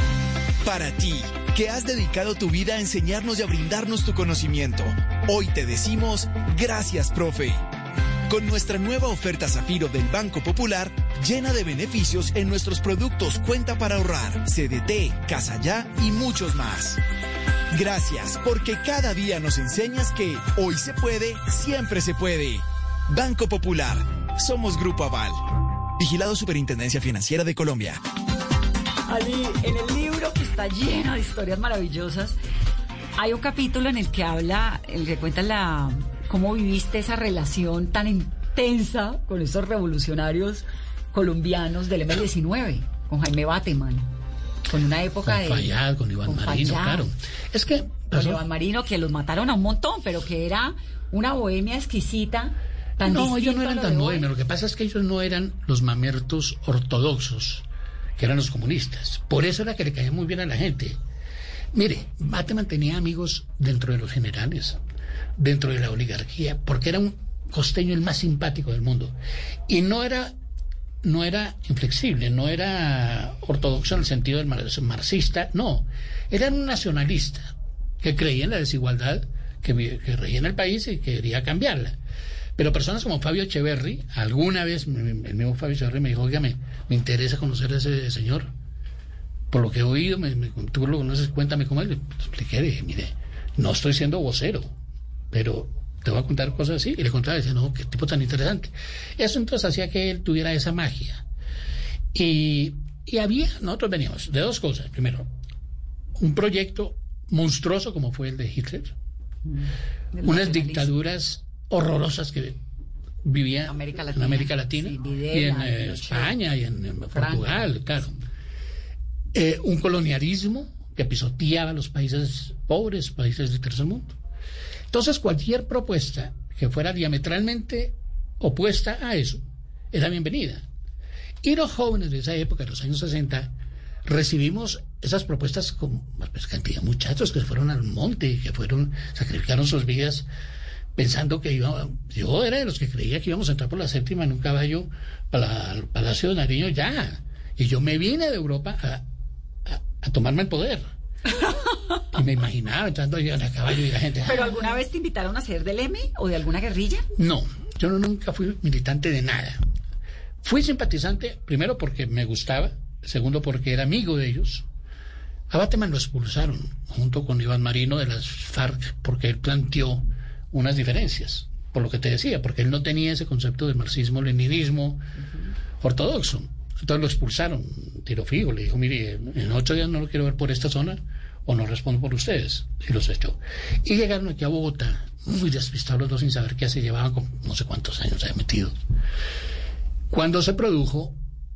Para ti, que has dedicado tu vida a enseñarnos y a brindarnos tu conocimiento, hoy te decimos gracias, profe. Con nuestra nueva oferta Zafiro del Banco Popular, llena de beneficios en nuestros productos Cuenta para Ahorrar, C D T, Casa Ya y muchos más. Gracias, porque cada día nos enseñas que hoy se puede, siempre se puede. Banco Popular. Somos Grupo Aval. Vigilado Superintendencia Financiera de Colombia. Ali, en el libro que está lleno de historias maravillosas, hay un capítulo en el que habla, en el que cuenta la... ¿Cómo viviste esa relación tan intensa con esos revolucionarios colombianos del eme diecinueve, con Jaime Bateman, con una época con de... Fayad, con Iván con Marino, Fayad, claro. Es que... Con pasó... Iván Marino, que los mataron a un montón, pero que era una bohemia exquisita, tan No, ellos no distinto a eran lo tan de hoy. bohemios. Lo que pasa es que ellos no eran los mamertos ortodoxos, que eran los comunistas. Por eso era que le caía muy bien a la gente. Mire, Bateman tenía amigos dentro de los generales, dentro de la oligarquía, porque era un costeño el más simpático del mundo. Y no era, no era inflexible, no era ortodoxo en el sentido del marxista, no. Era un nacionalista que creía en la desigualdad que, que reía en el país y quería cambiarla. Pero personas como Fabio Echeverry, alguna vez el mismo Fabio Echeverry me dijo, oiga, me, me interesa conocer a ese señor. Por lo que he oído, me, me, tú lo conoces, cuéntame cómo es. Le expliqué, dije, mire, no estoy siendo vocero, pero te voy a contar cosas así. Y le contaba, y decía, no, qué tipo tan interesante. Eso entonces hacía que él tuviera esa magia. Y, y había, nosotros veníamos de dos cosas. Primero, un proyecto monstruoso como fue el de Hitler, mm, unas dictaduras horrorosas que vivía América Latina, en América Latina sí, Videla, y en eh, España y en, en Portugal, claro. Eh, un colonialismo que pisoteaba a los países pobres, países del tercer mundo. Entonces, cualquier propuesta que fuera diametralmente opuesta a eso era bienvenida. Y los jóvenes de esa época, de los años sesenta, recibimos esas propuestas con pues, cantidad de muchachos que se fueron al monte, que fueron, sacrificaron sus vidas pensando que iba, yo era de los que creía que íbamos a entrar por la séptima en un caballo para el Palacio de Nariño ya. Y yo me vine de Europa a, a, a tomarme el poder. Y me imaginaba entrando a a caballo y la gente... ¿Pero ah, alguna vez te invitaron a ser del M o de alguna guerrilla? No, yo no, nunca fui militante de nada. Fui simpatizante, primero porque me gustaba, segundo porque era amigo de ellos. A Bateman lo expulsaron junto con Iván Marino de las FARC porque él planteó unas diferencias, por lo que te decía, porque él no tenía ese concepto de marxismo-leninismo uh-huh. ortodoxo. Entonces lo expulsaron, tiro fijo, le dijo, mire, en ocho días no lo quiero ver por esta zona o no respondo por ustedes, y los echó. Y llegaron aquí a Bogotá, muy despistados los dos sin saber qué se llevaban, con no sé cuántos años se habían metido. Cuando se produjo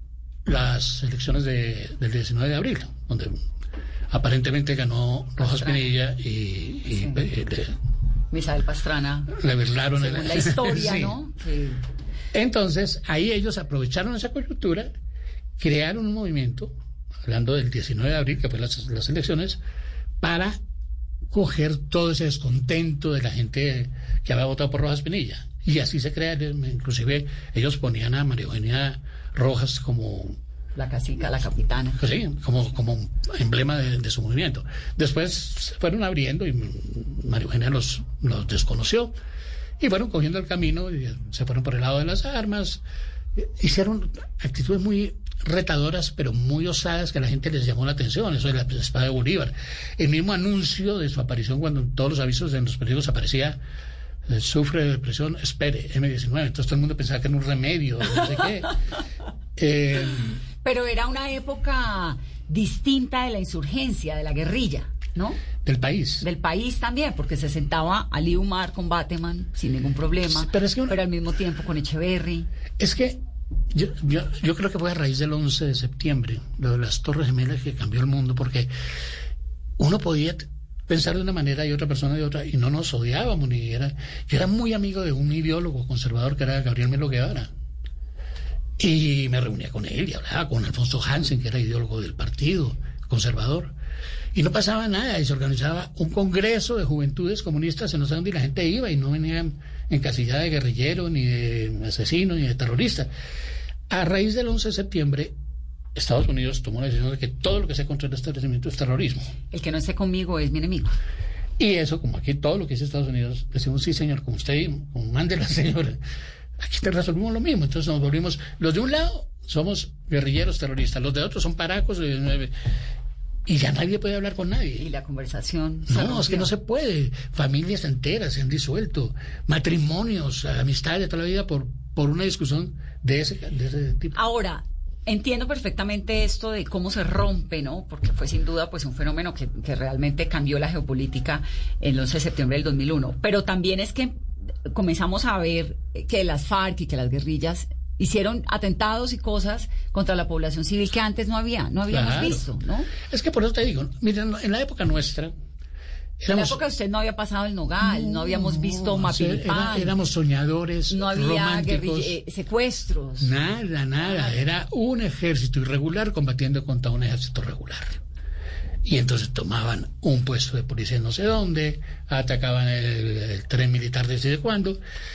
las elecciones de, del diecinueve de abril, donde aparentemente ganó Rojas Pinilla y... y sí. eh, le, Misael Pastrana. Le burlaron según el... la historia, sí. ¿no? Sí. Entonces, ahí ellos aprovecharon esa coyuntura, crearon un movimiento, hablando del diecinueve de abril, que fue las, las elecciones, para coger todo ese descontento de la gente que había votado por Rojas Pinilla. Y así se crea, inclusive ellos ponían a María Eugenia Rojas como... La cacica, la capitana. Sí, como, como emblema de, de su movimiento. Después se fueron abriendo y María Eugenia los, los desconoció. Y fueron cogiendo el camino y se fueron por el lado de las armas. Hicieron actitudes muy retadoras, pero muy osadas, que a la gente les llamó la atención. Eso de la espada de Bolívar. El mismo anuncio de su aparición, cuando en todos los avisos en los periódicos aparecía eh, sufre de depresión, espere, eme diecinueve. Entonces todo el mundo pensaba que era un remedio, no sé qué. Eh, pero era una época distinta de la insurgencia, de la guerrilla, ¿no? Del país. Del país también, porque se sentaba Ali Umar con Bateman sin ningún problema, pero, es que una... pero al mismo tiempo con Echeverry. Es que yo, yo, yo creo que fue a raíz del once de septiembre, lo de las Torres Gemelas, que cambió el mundo, porque uno podía pensar de una manera y otra persona de otra, y no nos odiábamos. Ni era, yo era muy amigo de un ideólogo conservador que era Gabriel Melo Guevara. Y me reunía con él y hablaba con Alfonso Hansen, que era ideólogo del partido conservador. Y no pasaba nada, y se organizaba un congreso de juventudes comunistas en no sé dónde, y la gente iba y no venía encasillada de guerrillero, ni de asesino, ni de terrorista. A raíz del once de septiembre, Estados Unidos tomó la decisión de que todo lo que sea contra el establecimiento es terrorismo. El que no esté conmigo es mi enemigo. Y eso, como aquí todo lo que dice Estados Unidos, decimos, sí señor, como usted, como mande la señora, aquí te resolvimos lo mismo. Entonces nos volvimos, los de un lado somos guerrilleros terroristas, los de otros son paracos, y ya nadie puede hablar con nadie. Y la conversación... No, es que no se puede. Familias enteras se han disuelto, matrimonios, amistades de toda la vida por, por una discusión de ese, de ese tipo. Ahora, entiendo perfectamente esto de cómo se rompe, ¿no? Porque fue sin duda pues un fenómeno que, que realmente cambió la geopolítica el once de septiembre del dos mil uno. Pero también es que comenzamos a ver que las FARC y que las guerrillas hicieron atentados y cosas contra la población civil que antes no había, no habíamos claro. visto, ¿no? Es que por eso te digo, miren, en la época nuestra... Éramos, en la época usted no había pasado el Nogal, no, no habíamos visto Mapilipán. Era, éramos soñadores, no había románticos, eh, secuestros. Nada, nada. Era un ejército irregular combatiendo contra un ejército regular. Y entonces tomaban un puesto de policía no sé dónde, atacaban el, el tren militar de no sé cuándo.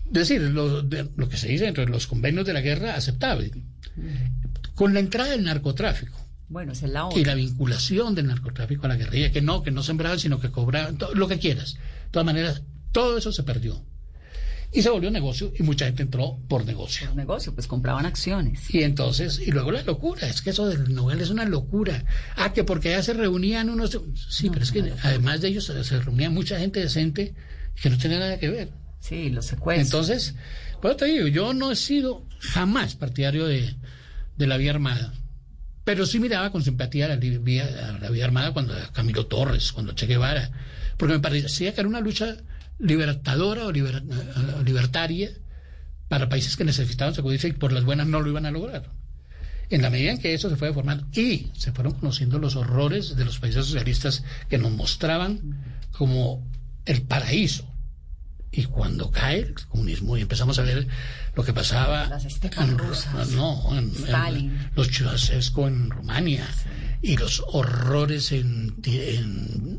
Es decir, lo, de, lo que se dice dentro de los convenios de la guerra aceptable. Con la entrada del narcotráfico. Bueno, esa es la otra. Y la vinculación del narcotráfico a la guerrilla, que no, que no sembraban, sino que cobraban, to, lo que quieras. De todas maneras, todo eso se perdió. Y se volvió negocio y mucha gente entró por negocio. Por negocio, pues compraban acciones. Y entonces, y luego la locura, es que eso del Nobel es una locura. Ah, que porque ya se reunían unos... Sí, no, pero es que locura. Además de ellos se, se reunía mucha gente decente que no tenía nada que ver. Sí, los secuestros. Entonces, pues te digo, yo no he sido jamás partidario de, de la vía armada. Pero sí miraba con simpatía la vía, la vía armada cuando Camilo Torres, cuando Che Guevara. Porque me parecía que era una lucha libertadora o liber, libertaria para países que necesitaban sacudirse y por las buenas no lo iban a lograr. En la medida en que eso se fue formando y se fueron conociendo los horrores de los países socialistas que nos mostraban como el paraíso. Y cuando cae el comunismo y empezamos a ver lo que pasaba las estepas en, rusas, no, en, en los Ceausescu en Rumania, sí, y los horrores en, en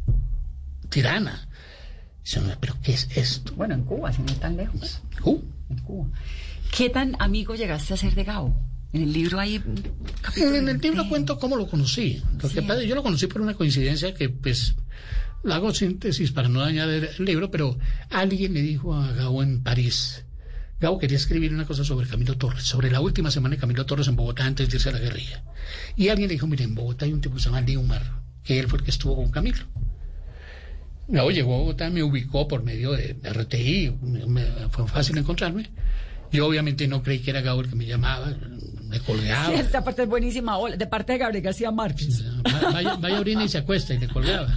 Tirana. ¿Pero qué es esto? Bueno, en Cuba, sin ir tan lejos. ¿Uh? En Cuba. ¿Qué tan amigo llegaste a ser de Gabo? En el libro hay... En, en el libro cuento cómo lo conocí. Lo sí. que pasa, yo lo conocí por una coincidencia que, pues, hago síntesis para no dañar el libro, pero alguien le dijo a Gabo en París. Gabo quería escribir una cosa sobre Camilo Torres, sobre la última semana de Camilo Torres en Bogotá antes de irse a la guerrilla. Y alguien le dijo, mire, en Bogotá hay un tipo que se llama Liumar, que él fue el que estuvo con Camilo. Gabo llegó a Bogotá, me ubicó por medio de, de R T I, me, me, fue fácil encontrarme. Yo obviamente no creí que era Gabo el que me llamaba, me colgaba. Sí, esta parte es buenísima, de parte de Gabriel García Márquez. Vaya, vaya orina y se acuesta y le colgaba.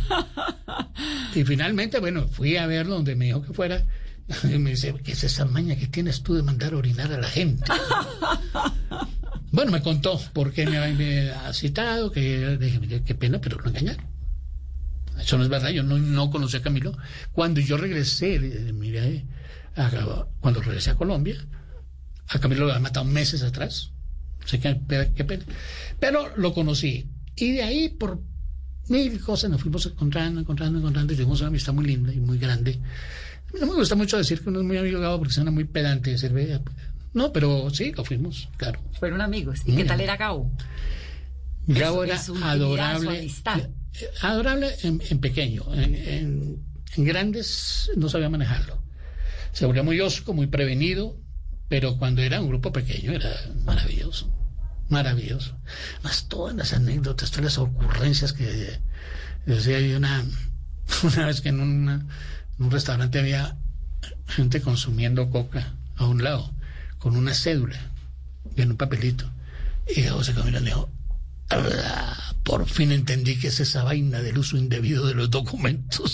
Y finalmente, bueno, fui a verlo donde me dijo que fuera. Y me dice, ¿qué es esa maña que tienes tú de mandar a orinar a la gente? Bueno, me contó por qué me había citado, que dije, qué pena, pero lo engañaron. Eso no es verdad, yo no, no conocí a Camilo. Cuando yo regresé, mire, a, cuando regresé a Colombia, a Camilo lo había matado meses atrás. Sé que qué pena. Pero lo conocí. Y de ahí, por mil cosas, nos fuimos encontrando, encontrando, encontrando, y tuvimos una amistad muy linda y muy grande. No me gusta mucho decir que uno es muy amigo de Gabo porque suena muy pedante de cerveza. No, pero sí, lo fuimos, claro. Fueron amigos. ¿Y mm. qué tal era Gabo? Gabo era adorable. Adorable en, en pequeño, en, en, en grandes no sabía manejarlo. Se volvió muy osco, muy prevenido, pero cuando era un grupo pequeño era maravilloso, maravilloso. Más todas las anécdotas, todas las ocurrencias que decía yo una, una vez que en, una, en un restaurante había gente consumiendo coca a un lado, con una cédula y en un papelito. Y Gabo se caminó y dijo, por fin entendí que es esa vaina del uso indebido de los documentos.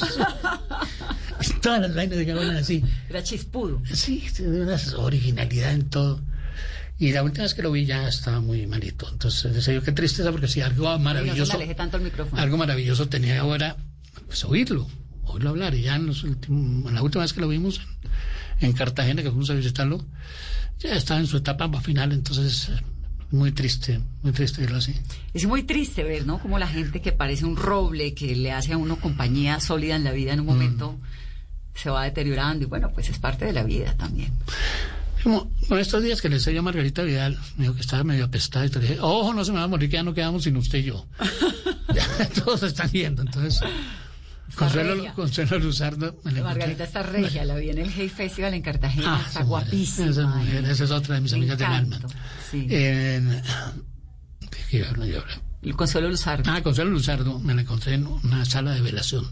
Todas las vainas de Gabo eran así. Era chispudo. Sí, de una originalidad en todo. Y la última vez que lo vi ya estaba muy malito. Entonces decía yo, qué tristeza, porque si algo maravilloso, no se me aleje tanto el micrófono. Algo maravilloso tenía ahora, pues oírlo, oírlo hablar. Y ya en, los últimos, la última vez que lo vimos en, en Cartagena, que fuimos a visitarlo, ya estaba en su etapa final, entonces... Muy triste, muy triste verlo así. Es muy triste ver, ¿no? Como la gente que parece un roble, que le hace a uno compañía sólida en la vida, en un momento mm. se va deteriorando. Y bueno, pues es parte de la vida también. Como con estos días que le decía a Margarita Vidal, me dijo que estaba medio apestada, y te dije, ojo, no se me va a morir, que ya no quedamos sin usted y yo. Ya todos se están yendo, entonces... Consuelo, Consuelo Luzardo. Margarita está regia, la vi en el Hey Festival en Cartagena, ah, está guapísima. Esa, mujer, esa es otra de mis amigas del alma. Sí. En, ¿qué hablo yo ahora? El Consuelo Luzardo. Ah, Consuelo Luzardo, me la encontré en una sala de velación,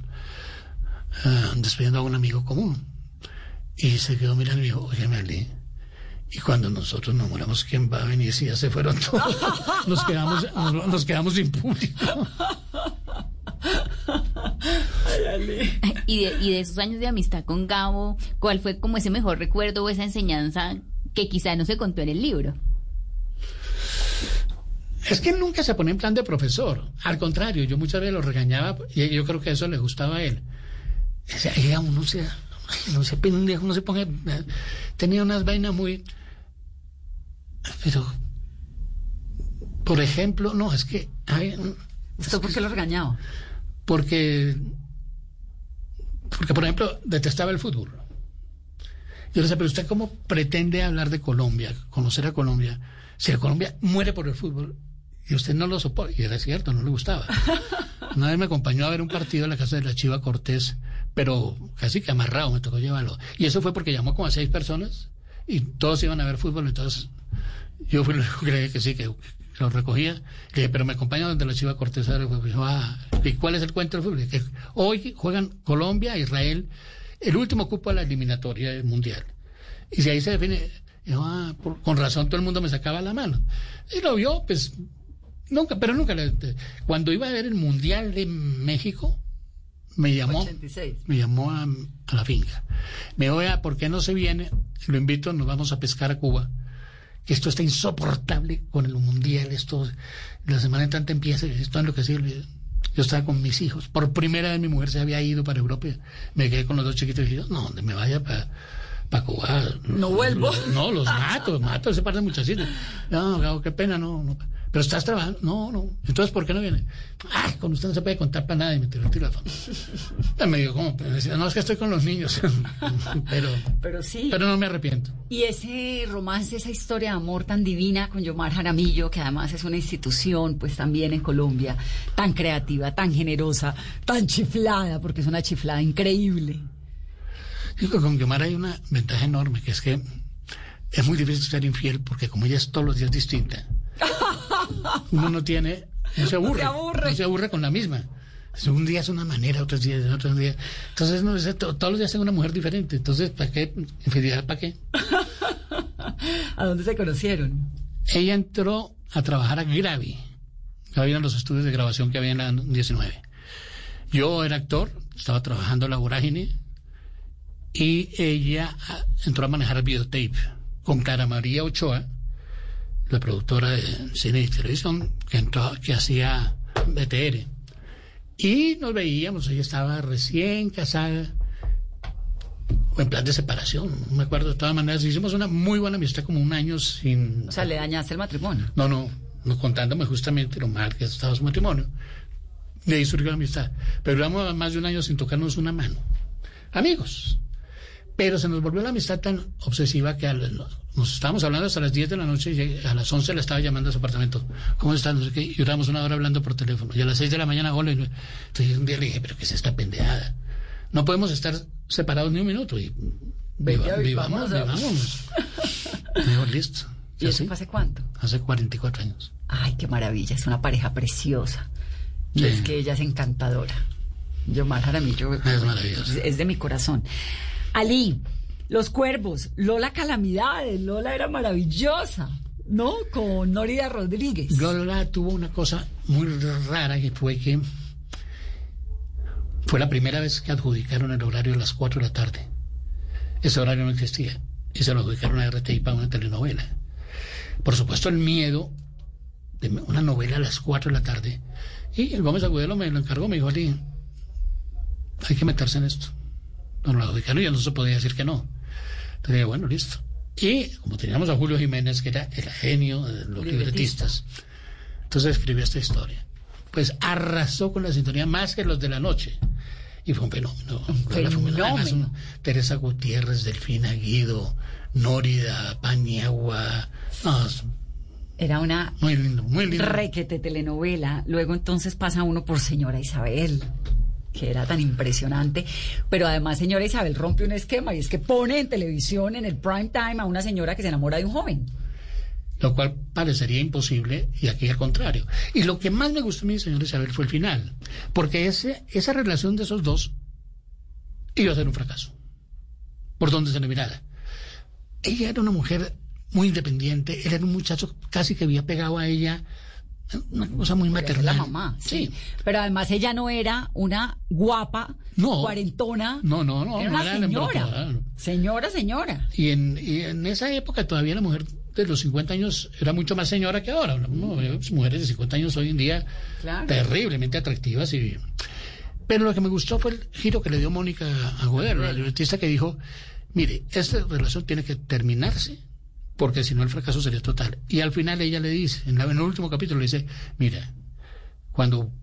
uh, despidiendo a un amigo común. Y se quedó mirando y dijo, oye, Meli, y cuando nosotros nos moramos, ¿quién va a venir si ya se fueron todos? Nos quedamos, nos, nos quedamos sin público. Y de, y de esos años de amistad con Gabo, ¿cuál fue como ese mejor recuerdo o esa enseñanza que quizá no se contó en el libro? Es que él nunca se ponía en plan de profesor. Al contrario, yo muchas veces lo regañaba y yo creo que eso le gustaba a él. O sea, uno se, no se pendejo, no se ponga... Tenía unas vainas muy... Pero... Por ejemplo, no, es que... Ay, ¿Esto por qué lo regañaba? Porque... Porque, por ejemplo, detestaba el fútbol. Yo le decía, pero usted cómo pretende hablar de Colombia, conocer a Colombia, si Colombia muere por el fútbol y usted no lo soporta. Y era cierto, no le gustaba. Una vez me acompañó a ver un partido en la casa de la Chiva Cortés, pero casi que amarrado, me tocó llevarlo. Y eso fue porque llamó como a seis personas y todos iban a ver fútbol, entonces yo fui el único que creía que sí, que lo recogía. Le dije, pero me acompaña donde la Chiva Cortés. Ah, ¿y cuál es el cuento del fútbol? Que hoy juegan Colombia, Israel, el último cupo a la eliminatoria del Mundial. Y si ahí se define, yo, ah, por, con razón todo el mundo me sacaba la mano. Y lo vio, pues, nunca, pero nunca. Cuando iba a ver el Mundial de México, me llamó, ochenta y seis. me llamó a, a la finca. Me voy a, ¿por qué no se viene? Lo invito, nos vamos a pescar a Cuba. Que esto está insoportable con el Mundial, esto, la semana entrante empieza, esto es lo que sí. Yo estaba con mis hijos. Por primera vez mi mujer se había ido para Europa. Me quedé con los dos chiquitos y dije, no, donde me vaya para pa Cuba. No vuelvo. Los, no, los mato, mato ese par de muchachitos. No, no, qué pena, no, no. Pero estás trabajando. No, no. Entonces, ¿por qué no viene? Ay, con usted no se puede contar para nada. Y me tiró el teléfono. Me dijo, ¿cómo? Me decía, no, es que estoy con los niños. pero, pero sí. Pero no me arrepiento. Y ese romance, esa historia de amor tan divina con Yomar Jaramillo, que además es una institución, pues también en Colombia, tan creativa, tan generosa, tan chiflada, porque es una chiflada increíble. Digo que con Yomar hay una ventaja enorme, que es que es muy difícil ser infiel, porque como ella es todos los días distinta, uno no tiene, no se aburre, no se aburre, no se aburre con la misma. Un día es una manera, otros días es otro día. Entonces, no, es, todos los días tengo una mujer diferente. Entonces, ¿para qué? ¿Infidelidad para qué? ¿A dónde se conocieron? Ella entró a trabajar a Gravi. Gravi eran los estudios de grabación que había en la diecinueve. Yo era actor, estaba trabajando en la Vorágine, y ella entró a manejar el videotape con Clara María Ochoa, la productora de cine y televisión, que entró, que hacía B T R. Y nos veíamos, ella estaba recién casada, o en plan de separación, no me acuerdo de todas maneras. Hicimos una muy buena amistad, como un año sin... O sea, ¿le dañaste el matrimonio? No, no, no, contándome justamente lo mal que estaba su matrimonio. De ahí surgió la amistad. Pero duramos más de un año sin tocarnos una mano. Amigos. Pero se nos volvió la amistad tan obsesiva que a los, nos estábamos hablando hasta las diez de la noche y a las once le estaba llamando a su apartamento. ¿Cómo estás? No sé qué. Y duramos una hora hablando por teléfono. Y a las seis de la mañana, hola. Entonces un día le dije, pero ¿qué es esta pendejada? No podemos estar separados ni un minuto. Y viva, vivamos, vivamos. Digo, listo. ¿Y eso fue hace cuánto? Hace cuarenta y cuatro años. Ay, qué maravilla. Es una pareja preciosa. Y sí. Es que ella es encantadora. Yomar Jaramillo es maravilloso. Es de mi corazón. Ali, Los Cuervos, Lola Calamidades, Lola era maravillosa, ¿no? Con Nórida Rodríguez. Lola tuvo una cosa muy rara, que fue que fue la primera vez que adjudicaron el horario a las cuatro de la tarde. Ese horario no existía, y se lo adjudicaron a R T I para una telenovela. Por supuesto, el miedo de una novela a las cuatro de la tarde, y el Gómez Agudelo me lo encargó, me dijo, Ali, hay que meterse en esto. No lo adjudicaron y ya no se podía decir que no. Entonces dije, bueno, listo. Y como teníamos a Julio Jiménez, que era el genio de los Libretista. libretistas, entonces escribió esta historia. Pues arrasó con la sintonía más que los de la noche. Y fue un fenómeno. Un fenómeno. Además, un, Teresa Gutiérrez, Delfina Guido, Nórida, Paniagua. No, era una muy lindo, muy lindo. requete telenovela. Luego entonces pasa uno por Señora Isabel, que era tan impresionante, pero además Señora Isabel rompe un esquema y es que pone en televisión en el prime time a una señora que se enamora de un joven. Lo cual parecería imposible, y aquí al contrario. Y lo que más me gustó a mí, Señora Isabel, fue el final, porque ese, esa relación de esos dos iba a ser un fracaso, por donde se le mirara. Ella era una mujer muy independiente, él era un muchacho casi que había pegado a ella, una cosa muy maternal. La mamá, sí. sí. Pero además ella no era una guapa, no, cuarentona. No, no, no. Era no una era señora. Señora, señora. Y en, y en esa época todavía la mujer de los cincuenta años era mucho más señora que ahora. No, mujeres de cincuenta años hoy en día, claro, terriblemente atractivas. Y... Pero lo que me gustó fue el giro que le dio Mónica Agudelo, la libretista, que dijo, mire, esta relación tiene que terminarse, porque si no el fracaso sería total. Y al final ella le dice, en, la, en el último capítulo le dice, mira, cuando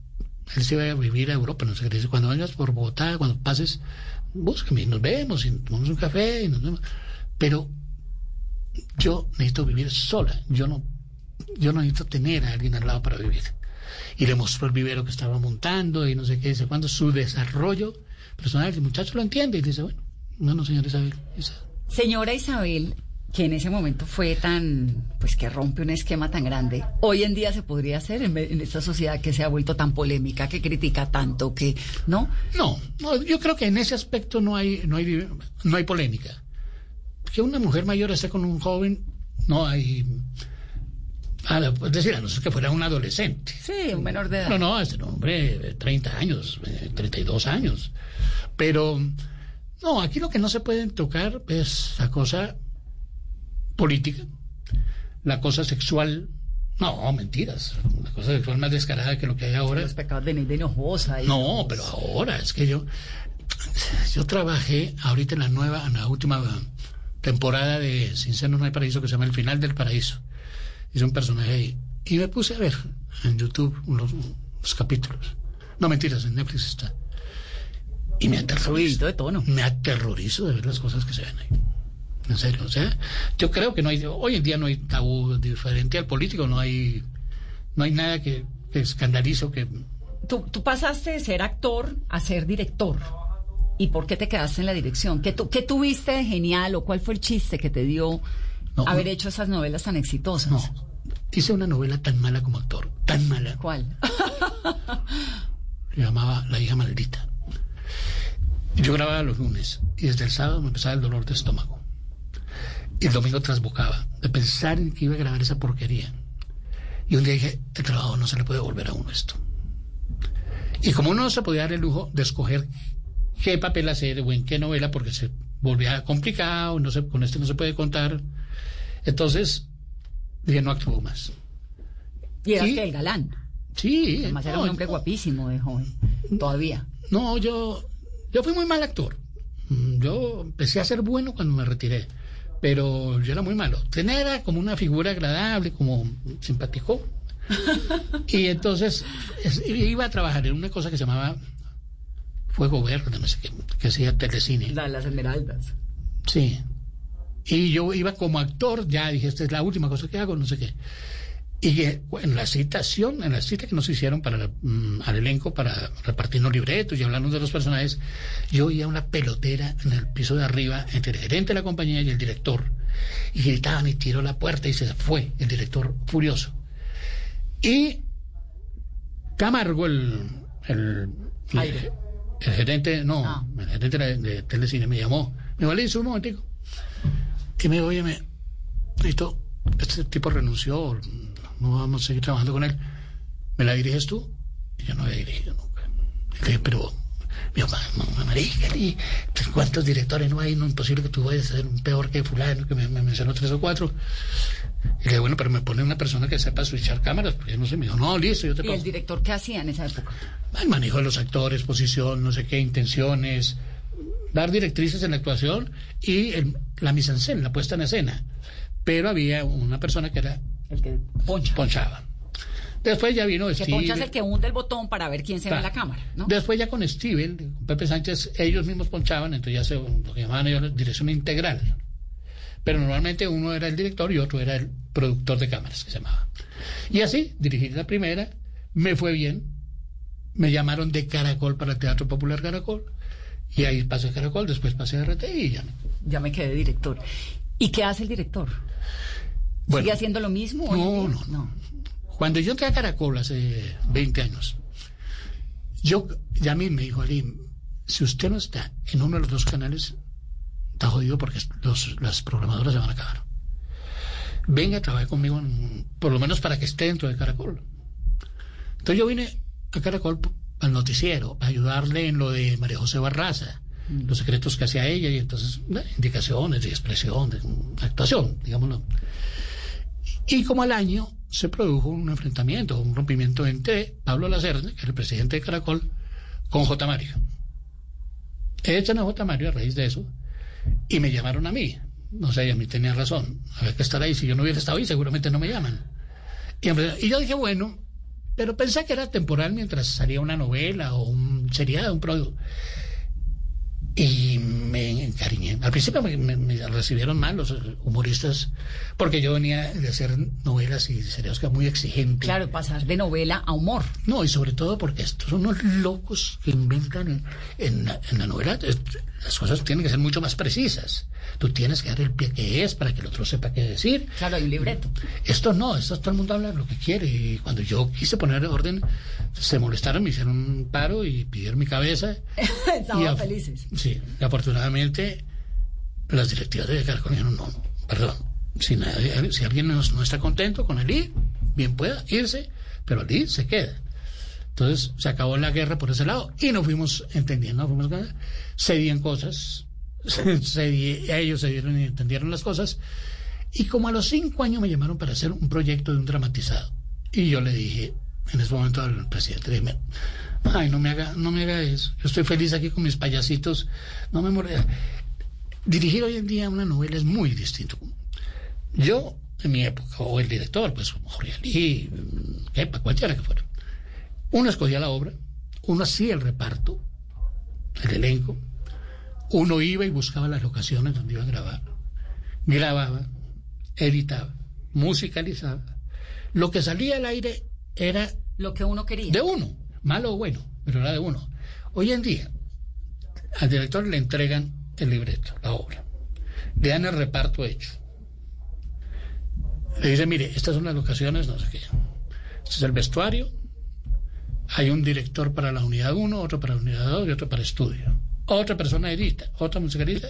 él se iba a vivir a Europa, no sé qué dice, cuando vengas por Bogotá, cuando pases, búscame, nos vemos y tomamos un café y nos vemos. Pero yo necesito vivir sola, yo no, yo no necesito tener a alguien al lado para vivir. Y le mostró el vivero que estaba montando y no sé qué, dice, cuando su desarrollo personal, el muchacho lo entiende y dice, bueno, no, no, señora Isabel. Esa. Señora Isabel, que en ese momento fue tan, pues que rompe un esquema tan grande, hoy en día se podría hacer en, en esta sociedad que se ha vuelto tan polémica, que critica tanto, que, ¿no? No, no, yo creo que en ese aspecto no hay, no hay, no hay polémica. Que una mujer mayor esté con un joven, no hay... Es decir, a no ser que fuera un adolescente. Sí, un menor de edad. No, no, es un hombre de treinta años, treinta y dos años. Pero, no, aquí lo que no se puede tocar es la cosa política, la cosa sexual. No, mentiras. La cosa sexual más descarada que lo que hay ahora. Los pecados de Neida Hinojosa. Y no, pero ahora, es que yo... Yo trabajé ahorita en la nueva, en la última temporada de Sin Seno No Hay Paraíso, que se llama El Final del Paraíso. Hice un personaje ahí. Y me puse a ver en YouTube los, los capítulos. No, mentiras, en Netflix está. Y me aterrorizo. de tono. Me aterrorizo de ver las cosas que se ven ahí. En serio, o sea, yo creo que no hay, hoy en día no hay tabú diferente al político, no hay, no hay nada que, que escandalice o que... Tú, tú pasaste de ser actor a ser director. ¿Y por qué te quedaste en la dirección? ¿Qué, tu, qué tuviste de genial o cuál fue el chiste que te dio no, haber hecho esas novelas tan exitosas? No, hice una novela tan mala como actor, tan mala. ¿Cuál? Se llamaba La hija maldita. Yo grababa los lunes y desde el sábado me empezaba el dolor de estómago. Y el domingo trasbocaba de pensar en que iba a grabar esa porquería. Y un día dije, el trabajo no se le puede volver a uno esto. Y como uno no se podía dar el lujo de escoger qué papel hacer o en qué novela, porque se volvía complicado, no se, con este no se puede contar, entonces dije, no actúo más. ¿Y eras que el galán? Sí. Además era no, un hombre no, guapísimo de joven, todavía. No, yo, yo fui muy mal actor. Yo empecé a ser bueno cuando me retiré, pero yo era muy malo. Tenía era como una figura agradable, como simpático. Y entonces es, iba a trabajar en una cosa que se llamaba Fuego Verde, no sé qué, que hacía telecine. La de las Esmeraldas. Sí. Y yo iba como actor, ya dije, esta es la última cosa que hago, no sé qué. Y que, en la citación, en la cita que nos hicieron para um, al elenco, para repartirnos libretos y hablarnos de los personajes, yo oía una pelotera en el piso de arriba entre el gerente de la compañía y el director. Y gritaban y tiró la puerta y se fue el director furioso. Y Camargo, el... el, el El gerente, no, ah. el gerente de, de Telecine me llamó. Me dijo, Alicia, un momentico. Y me dijo, oye, me, listo, este tipo renunció, no vamos a seguir trabajando con él. ¿Me la diriges tú? Y yo no había dirigido nunca. Y le dije, pero, mi mamá, marica, ¿cuántos directores no hay? No es imposible que tú vayas a ser peor que fulano, que me, me mencionó tres o cuatro. Y le dije, bueno, pero me pone una persona que sepa switchar cámaras, porque yo no sé. Me dijo, no, listo, yo te pongo. ¿Y el director qué hacía en esa época? El manejo de los actores, posición, no sé qué, intenciones, dar directrices en la actuación y el, la mise en scène, la puesta en escena. Pero había una persona que era... El que poncha. Ponchaba. Después ya vino Steven. Que poncha es el que hunde el botón para ver quién se ve en la cámara, ¿no? Después ya con Steven, con Pepe Sánchez, ellos mismos ponchaban, entonces ya se, lo que llamaban ellos dirección integral. Pero normalmente uno era el director y otro era el productor de cámaras, que se llamaba. Y así, dirigí la primera, me fue bien, me llamaron de Caracol para el Teatro Popular Caracol, y ahí pasé a Caracol, después pasé a R T I y ya me... Ya me quedé director. ¿Y qué hace el director? Bueno, ¿sigue haciendo lo mismo? No, no, no. Cuando yo entré a Caracol hace veinte años, yo, ya a mí me dijo, Ali, si usted no está en uno de los dos canales, está jodido porque los, las programadoras se van a acabar. Venga a trabajar conmigo, en, por lo menos para que esté dentro de Caracol. Entonces yo vine a Caracol al noticiero, a ayudarle en lo de María José Barraza, mm. los secretos que hacía ella, y entonces eh, indicaciones de expresión, de actuación, digámoslo. Y como al año se produjo un enfrentamiento, un rompimiento entre Pablo Lacerne, que era el presidente de Caracol, con J. Mario. Echan a J. Mario a raíz de eso, y me llamaron a mí. No sé, a mí tenía razón. Había que estar ahí. Si yo no hubiera estado ahí, seguramente no me llaman. Y, y yo dije, bueno, pero pensé que era temporal mientras salía una novela o un seriado, un producto. Y me encariñé. Al principio me, me, me recibieron mal los humoristas, porque yo venía de hacer novelas y seriados que muy exigentes. Claro, pasar de novela a humor. No, y sobre todo porque estos son unos locos que inventan en, en, la, en la novela. Las cosas tienen que ser mucho más precisas. Tú tienes que dar el pie que es para que el otro sepa qué decir. Claro, hay un libreto. Esto no, esto todo el mundo habla lo que quiere. Y cuando yo quise poner orden, se molestaron, me hicieron un paro y pidieron mi cabeza. Estaban felices. Sí, y afortunadamente las directivas de Caracol dijeron, no, no, perdón, si, nadie, si alguien no, no está contento con el I R, bien pueda irse, pero el I R se queda. Entonces se acabó la guerra por ese lado y nos fuimos entendiendo, nos fuimos, cedían cosas, cedí, ellos se dieron y entendieron las cosas, y como a los cinco años me llamaron para hacer un proyecto de un dramatizado, y yo le dije en ese momento al presidente, le dije, ay, no me haga, no me haga eso, yo estoy feliz aquí con mis payasitos, no me molesta. Dirigir hoy en día una novela es muy distinto. Yo, en mi época, o el director, pues Jorge Ali, Kepa, cualquiera que fuera, uno escogía la obra, uno hacía el reparto, el elenco, uno iba y buscaba las locaciones donde iba a grabar, grababa, editaba, musicalizaba. Lo que salía al aire era lo que uno quería. De uno, malo o bueno, pero era de uno. Hoy en día, al director le entregan el libreto, la obra, le dan el reparto hecho. Le dicen, mire, estas son las locaciones, no sé qué. Este es el vestuario. Hay un director para la unidad uno, otro para la unidad dos y otro para estudio. Otra persona edita, otra musicaliza.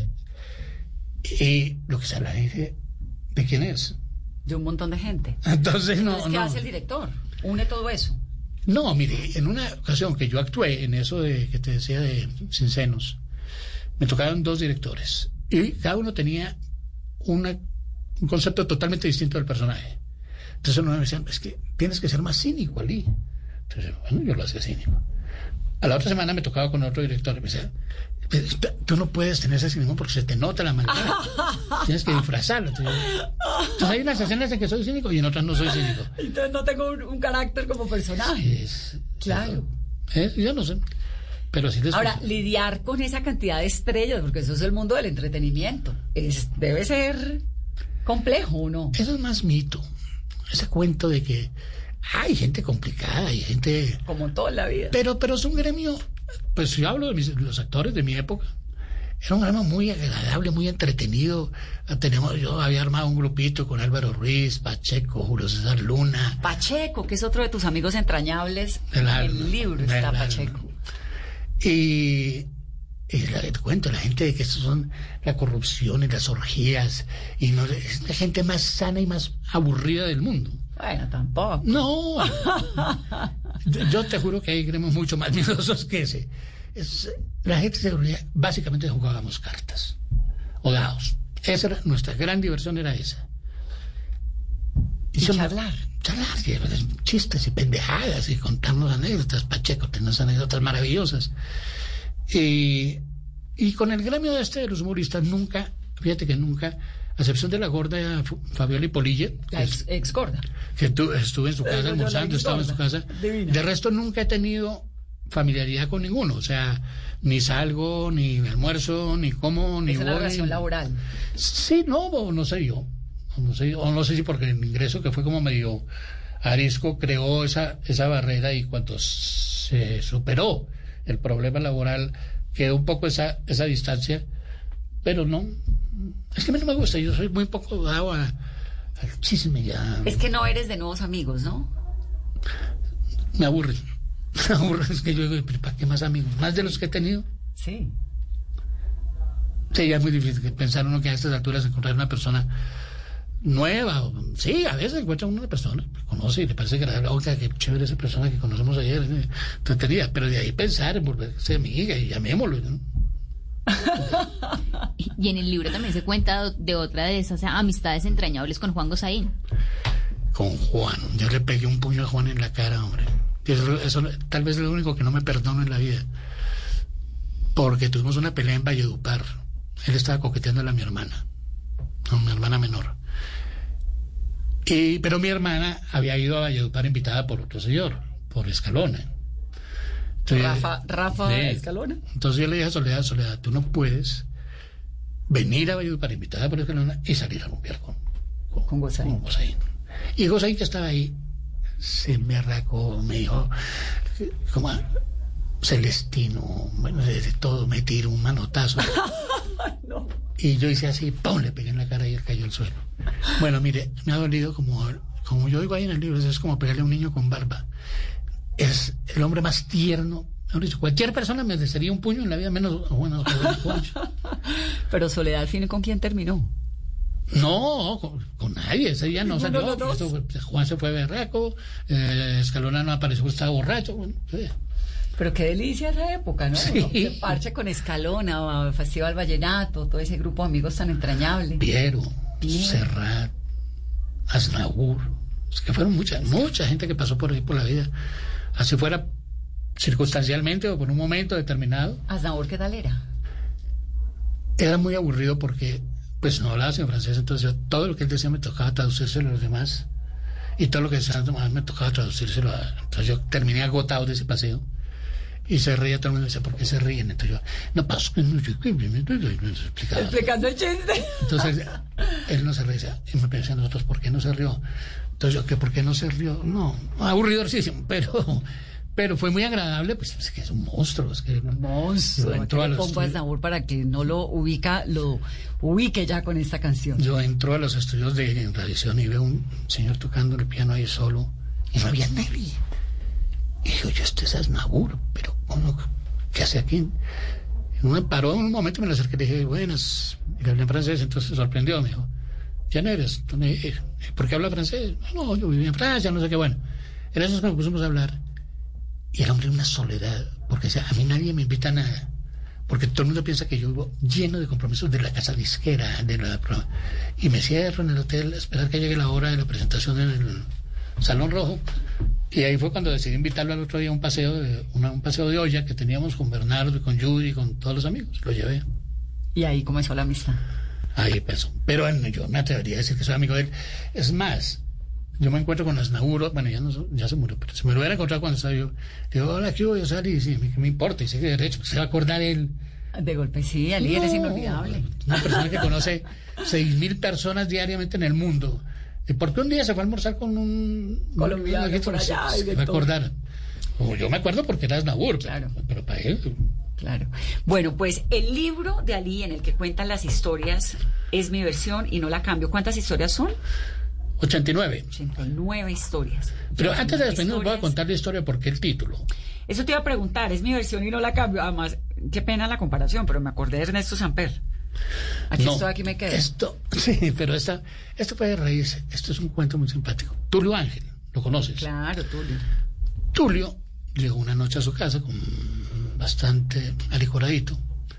Y lo que sale ahí, ¿de quién es? De un montón de gente. Entonces, no. Entonces, ¿qué no. hace el director? Une todo eso. No, mire, en una ocasión que yo actué en eso de que te decía de Sin Senos, me tocaron dos directores. Y cada uno tenía una, un concepto totalmente distinto del personaje. Entonces uno me decía, es que tienes que ser más cínico, Ali. Entonces, bueno, yo lo hacía cínico. A la otra semana me tocaba con otro director y me decía, tú no puedes tener ese cinismo porque se te nota la maldad. Tienes que disfrazarlo. Entonces, entonces hay unas escenas en que soy cínico y en otras no soy cínico. Entonces no tengo un, un carácter como personaje. Es, claro. Es, yo no sé. Pero sí. Ahora, lidiar con esa cantidad de estrellas, porque eso es el mundo del entretenimiento, es, debe ser complejo, ¿o no? Eso es más mito. Ese cuento de que hay gente complicada, hay gente... Como toda la vida. Pero, pero es un gremio, pues yo hablo de mis, los actores de mi época, era un gremio muy agradable, muy entretenido. Tenemos, yo había armado un grupito con Álvaro Ruiz, Pacheco, Julio César Luna. Pacheco, que es otro de tus amigos entrañables. En el libro está Pacheco. Y, y la, te cuento, la gente de que eso son la corrupción y las orgías, y no, es la gente más sana y más aburrida del mundo. Bueno, tampoco. No. Yo te juro que hay gremios mucho más miedosos que ese. Es, la gente se reunía, básicamente jugábamos cartas o dados. Esa era nuestra gran diversión, era esa. Y, y charlar. Charlar, chistes y pendejadas y contarnos anécdotas. Pacheco tenía unas anécdotas maravillosas. Y, y con el gremio de este de los humoristas nunca, fíjate que nunca, a excepción de la gorda Fabiola y Polilla, la ex, ex gorda, que tu, estuve en su casa almorzando, estaba en su casa. Divina. De resto nunca he tenido familiaridad con ninguno, o sea, ni salgo, ni almuerzo, ni como, ni ¿Es voy. una relación laboral? Sí, no, no sé yo. No sé, o no sé si porque el ingreso que fue como medio arisco creó esa, esa barrera, y cuando se superó el problema laboral quedó un poco esa, esa distancia, pero no, es que a mí no me gusta, yo soy muy poco dado a, al chisme ya. Es que no eres de nuevos amigos, ¿no? Me aburre, me aburre, es que yo digo, ¿para qué más amigos? ¿Más de los que he tenido? Sí. Sí, ya es muy difícil pensar uno que a estas alturas encontrar una persona nueva. Sí, a veces encuentra una persona que conoce y le parece agradable, oiga, qué chévere esa persona que conocemos ayer, entretenida, pero de ahí pensar en volverse amiga y llamémoslo, ¿no? Y en el libro también se cuenta de otra de esas amistades entrañables con Juan Gosaín. Con Juan, yo le pegué un puño a Juan en la cara, hombre. Eso, eso tal vez es lo único que no me perdono en la vida, porque tuvimos una pelea en Valledupar. Él estaba coqueteándole a mi hermana, a mi hermana menor. Y, pero mi hermana había ido a Valledupar invitada por otro señor, por Escalona. Entonces, Rafa, Rafa de, Escalona. Entonces yo le dije a Soledad, Soledad, tú no puedes venir a Valledupar invitada por Escalona y salir a rumbear con, con, con Gozaín. Con Gozaín. Y Gozaín, que estaba ahí, se me arracó, me dijo, como Celestino, bueno, de, de todo, me tiró un manotazo. No. Y yo hice así, ¡pum!, le pegué en la cara y él cayó al suelo. Bueno, mire, me ha dolido como, como yo digo ahí en el libro, es como pegarle a un niño con barba. Es el hombre más tierno. Cualquier persona me desearía un puño en la vida, menos, bueno, pero Soledad, al fin, ¿con quién terminó? No, con, con nadie, ese día no salió. Esto, Juan se fue berraco, eh, Escalona no apareció, estaba borracho, bueno, sí. Pero qué delicia esa época, ¿no? Sí. ¿no? Se parche con Escalona, Festival Vallenato, todo ese grupo de amigos tan entrañable. Piero, Piero. Serrat, Aznavour, es que fueron mucha, mucha gente que pasó por ahí por la vida, así fuera circunstancialmente o por un momento determinado. ¿Aznavour qué tal era? Era muy aburrido porque pues no hablaba sino francés, entonces yo todo lo que él decía me tocaba traducírselo a los demás y todo lo que decía me tocaba traducírselo a... Entonces yo terminé agotado de ese paseo y se reía, todo el mundo decía, ¿por qué se ríen? Entonces yo, no pasa, explicaba. Explicando el chiste. Entonces él no se reía y me pensé a nosotros, ¿por qué no se rió? Entonces yo, ¿qué, ¿por qué no se rió? No, aburridorcísimo, pero... Pero fue muy agradable, pues es que es un monstruo. Es que un monstruo. Yo entro a los pongo a Aznavour para que no lo ubica, lo ubique ya con esta canción. Yo entro a los estudios de radiación y veo un señor tocando el piano ahí solo y no había nadie. Y digo, yo, este es Aznavour, pero ¿cómo, ¿qué hace aquí? Y me paró en un momento, me lo acerqué y le dije, buenas, y le hablé en francés, entonces se sorprendió, me dijo, ¿quién eres? Entonces, ¿por qué habla francés? No, yo viví en Francia, no sé qué, bueno. En eso es que nos pusimos a hablar. Y el hombre una soledad, porque o sea, a mí nadie me invita a nada, porque todo el mundo piensa que yo vivo lleno de compromisos de la casa disquera, de la, y me cierro en el hotel a esperar que llegue la hora de la presentación en el Salón Rojo, y ahí fue cuando decidí invitarlo al otro día a un paseo de, una, un paseo de olla que teníamos con Bernardo y con Judy y con todos los amigos, lo llevé. Y ahí comenzó la amistad. Ahí empezó, pero bueno, yo me atrevería a decir que soy amigo de él, es más... Yo me encuentro con Aznavour, bueno, ya, no, ya se murió, pero se me lo hubiera encontrado cuando estaba yo. Digo, hola, ¿qué voy a salir? Y sí, ¿qué me importa? Y sé que de derecho, se va a acordar él. De golpe, sí, Ali no, eres inolvidable. Una persona que conoce seis mil personas diariamente en el mundo. ¿Por qué un día se fue a almorzar con un colombiano un, por allá? Se, se va a acordar. O yo me acuerdo porque era Aznavour, claro. Pero, pero para él... Claro. Bueno, pues el libro de Ali en el que cuentan las historias es mi versión y no la cambio. ¿Cuántas historias son? ochenta y nueve. ochenta y nueve historias. Pero antes de despedirnos voy a contar la historia porque el título. Eso te iba a preguntar, es mi versión y no la cambio. Además, qué pena la comparación, pero me acordé de Ernesto Samper. Aquí no, estoy, aquí me quedo. Esto, sí, pero esta, esto puede reírse. Esto es un cuento muy simpático. Tulio Ángel, ¿lo conoces? Claro, Tulio. Tulio llegó una noche a su casa con bastante alicoradito,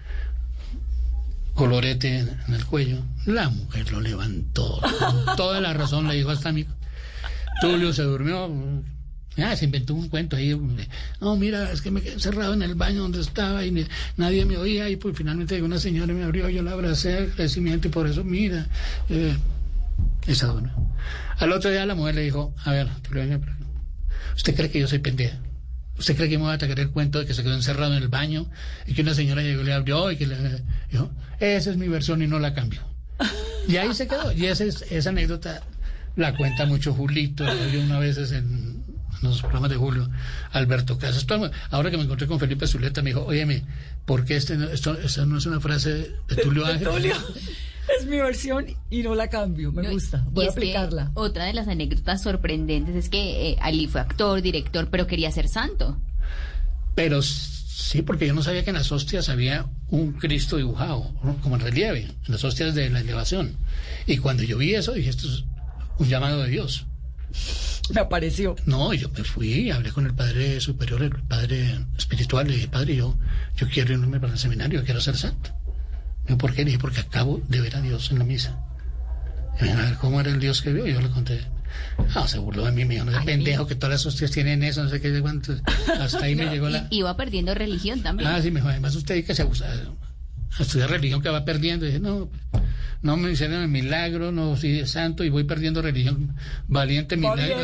colorete en el cuello. La mujer lo levantó con toda la razón, le dijo hasta amigo. Tulio se durmió, ah, se inventó un cuento ahí. No, mira, es que me quedé encerrado en el baño donde estaba y me, nadie me oía y pues finalmente llegó una señora y me abrió, yo la abracé, agradecimiento y por eso, mira, eh, esa dona. Al otro día la mujer le dijo, a ver, Tulio, ¿usted cree que yo soy pendeja? ¿Usted cree que me va a atacar el cuento de que se quedó encerrado en el baño y que una señora llegó y le abrió y que le dijo, esa es mi versión y no la cambio? Y ahí se quedó. Y esa, es, esa anécdota la cuenta mucho Julito, yo una vez en, en los programas de Julio, Alberto Casas. Ahora que me encontré con Felipe Zuleta me dijo, óyeme, ¿por qué este, esto, esta no es una frase de Tulio Ángel? De Tulio. Es mi versión y no la cambio, me no, gusta, voy a aplicarla. Otra de las anécdotas sorprendentes es que eh, Ali fue actor, director, pero quería ser santo. Pero sí, porque yo no sabía que en las hostias había un Cristo dibujado, ¿no? Como en relieve, en las hostias de la elevación. Y cuando yo vi eso, dije, esto es un llamado de Dios. Me apareció. No, yo me fui, hablé con el padre superior, el padre espiritual, le dije, padre, yo, yo quiero irme para el seminario, quiero ser santo. ¿Por qué? Le dije, porque acabo de ver a Dios en la misa. Y me dijo, a ver, ¿cómo era el Dios que vio? Y yo le conté. Ah, se burló de mí, me dijo, no sé, pendejo, que todas las hostias tienen eso, no sé qué, cuántos. Hasta ahí no, me llegó la... Iba perdiendo religión también. Ah, sí, me dijo, además usted dice que se abusa, a estudiar religión que va perdiendo. Y dije, no, no me hicieron el milagro, no soy santo y voy perdiendo religión. Valiente milagro.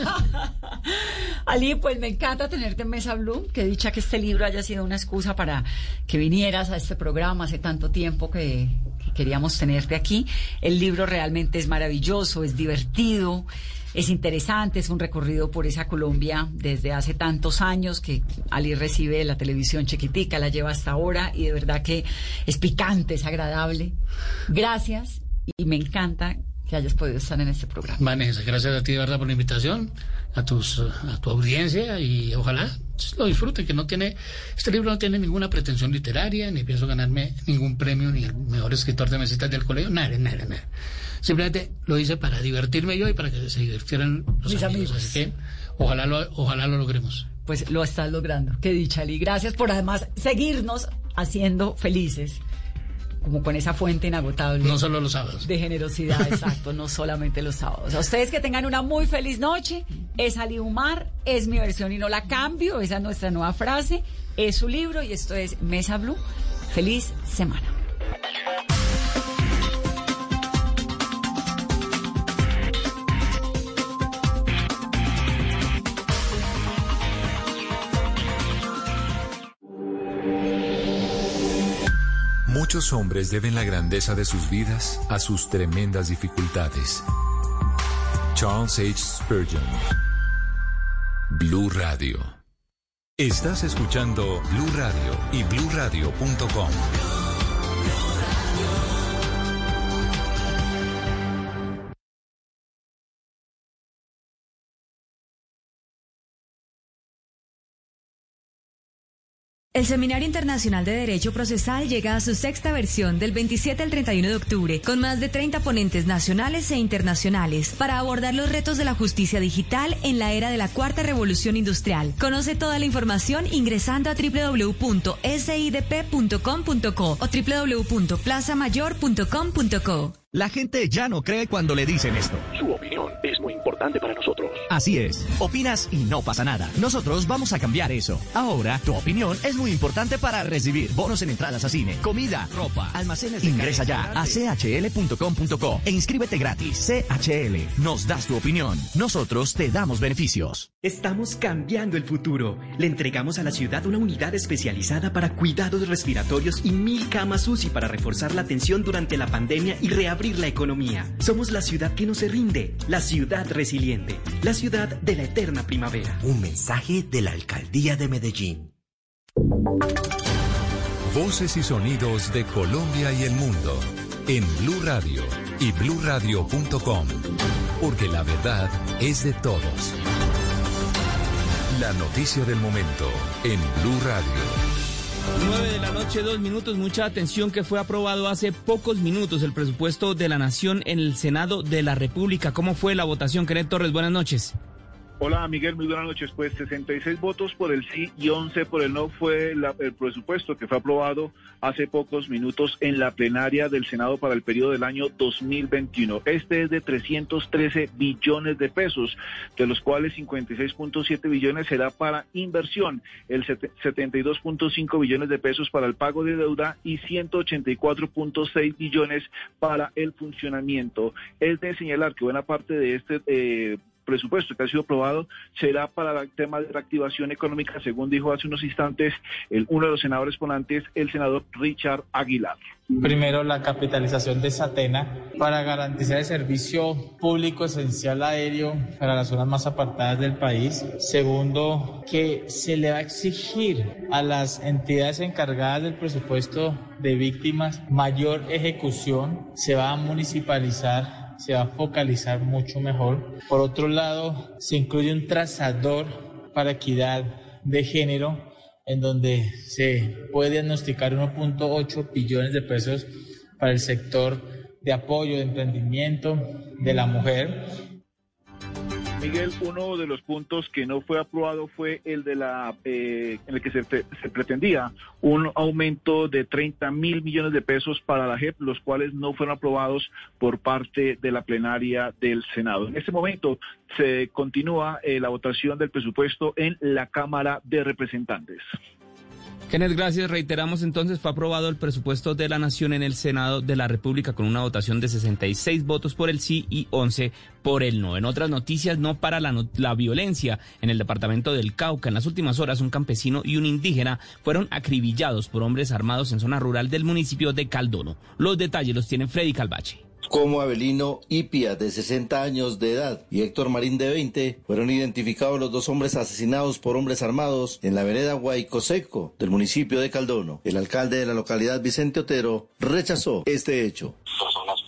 Ali, pues me encanta tenerte en Mesa Blue. Qué dicha que este libro haya sido una excusa para que vinieras a este programa hace tanto tiempo que, que queríamos tenerte aquí. El libro realmente es maravilloso, es divertido, es interesante, es un recorrido por esa Colombia desde hace tantos años que Ali recibe la televisión chiquitica, la lleva hasta ahora y de verdad que es picante, es agradable. Gracias y me encanta que hayas podido estar en este programa. Vanessa, gracias a ti de verdad por la invitación, a tus a tu audiencia y ojalá lo disfruten, que no tiene, este libro no tiene ninguna pretensión literaria, ni pienso ganarme ningún premio, ni el mejor escritor de mesitas del colegio, nada, nada, nada. Simplemente lo hice para divertirme yo y para que se divirtieran los Mis amigos. amigos. Así que ojalá lo, ojalá lo logremos. Pues lo estás logrando. Qué dicha, Ali. Gracias por además seguirnos haciendo felices, como con esa fuente inagotable. No solo los sábados. De generosidad, exacto, no solamente los sábados. A ustedes que tengan una muy feliz noche. Es Ali Umar, es mi versión y no la cambio. Esa es nuestra nueva frase. Es su libro y esto es Mesa Blue. Feliz semana. Muchos hombres deben la grandeza de sus vidas a sus tremendas dificultades. Charles H. Spurgeon. Blue Radio. Estás escuchando Blue Radio y blue radio punto com. El Seminario Internacional de Derecho Procesal llega a su sexta versión del veintisiete al treinta y uno de octubre, con más de treinta ponentes nacionales e internacionales para abordar los retos de la justicia digital en la era de la cuarta revolución industrial. Conoce toda la información ingresando a doble u doble u doble u punto s i d p punto com punto co o doble u doble u doble u punto plaza mayor punto com punto co. La gente ya no cree cuando le dicen esto. Su opinión es muy importante para nosotros. Así es. Opinas y no pasa nada. Nosotros vamos a cambiar eso. Ahora, tu opinión es muy importante para recibir bonos en entradas a cine, comida, ropa, almacenes de Ingresa ya a c h l punto com punto co e inscríbete gratis. C H L. Nos das tu opinión. Nosotros te damos beneficios. Estamos cambiando el futuro. Le entregamos a la ciudad una unidad especializada para cuidados respiratorios y mil camas U C I para reforzar la atención durante la pandemia y reabrir la economía. Somos la ciudad que no se rinde, la ciudad resiliente, la ciudad de la eterna primavera. Un mensaje de la Alcaldía de Medellín. Voces y sonidos de Colombia y el mundo en Blue Radio y blue radio punto com, porque la verdad es de todos. La noticia del momento en Blue Radio. nueve de la noche, dos minutos. Mucha atención, que fue aprobado hace pocos minutos el presupuesto de la Nación en el Senado de la República. ¿Cómo fue la votación? Kenneth Torres, buenas noches. Hola Miguel, muy buenas noches. Pues sesenta y seis votos por el sí y once por el no fue la, el presupuesto que fue aprobado hace pocos minutos en la plenaria del Senado para el periodo del año dos mil veintiuno. Este es de trescientos trece billones de pesos, de los cuales cincuenta y seis punto siete billones será para inversión, el setenta y dos punto cinco billones de pesos para el pago de deuda y ciento ochenta y cuatro punto seis billones para el funcionamiento. Es de señalar que buena parte de este eh, presupuesto que ha sido aprobado será para el tema de reactivación económica, según dijo hace unos instantes el, uno de los senadores ponentes, el senador Richard Aguilar. Primero, la capitalización de Satena para garantizar el servicio público esencial aéreo para las zonas más apartadas del país. Segundo, que se le va a exigir a las entidades encargadas del presupuesto de víctimas mayor ejecución, se va a municipalizar, se va a focalizar mucho mejor. Por otro lado, se incluye un trazador para equidad de género, en donde se puede diagnosticar uno punto ocho billones de pesos para el sector de apoyo, de emprendimiento de la mujer. Miguel, uno de los puntos que no fue aprobado fue el de la eh, en el que se, se pretendía un aumento de treinta mil millones de pesos para la J E P, los cuales no fueron aprobados por parte de la plenaria del Senado. En este momento se continúa eh, la votación del presupuesto en la Cámara de Representantes. Kenneth, gracias. Reiteramos entonces, fue aprobado el presupuesto de la Nación en el Senado de la República con una votación de sesenta y seis votos por el sí y once por el no. En otras noticias, no para la, no- la violencia en el departamento del Cauca. En las últimas horas, un campesino y un indígena fueron acribillados por hombres armados en zona rural del municipio de Caldono. Los detalles los tiene Freddy Calvache. Como Abelino Ipia, de sesenta años de edad, y Héctor Marín, de veinte, fueron identificados los dos hombres asesinados por hombres armados en la vereda Guaycoseco del municipio de Caldono. El alcalde de la localidad, Vicente Otero, rechazó este hecho. Personas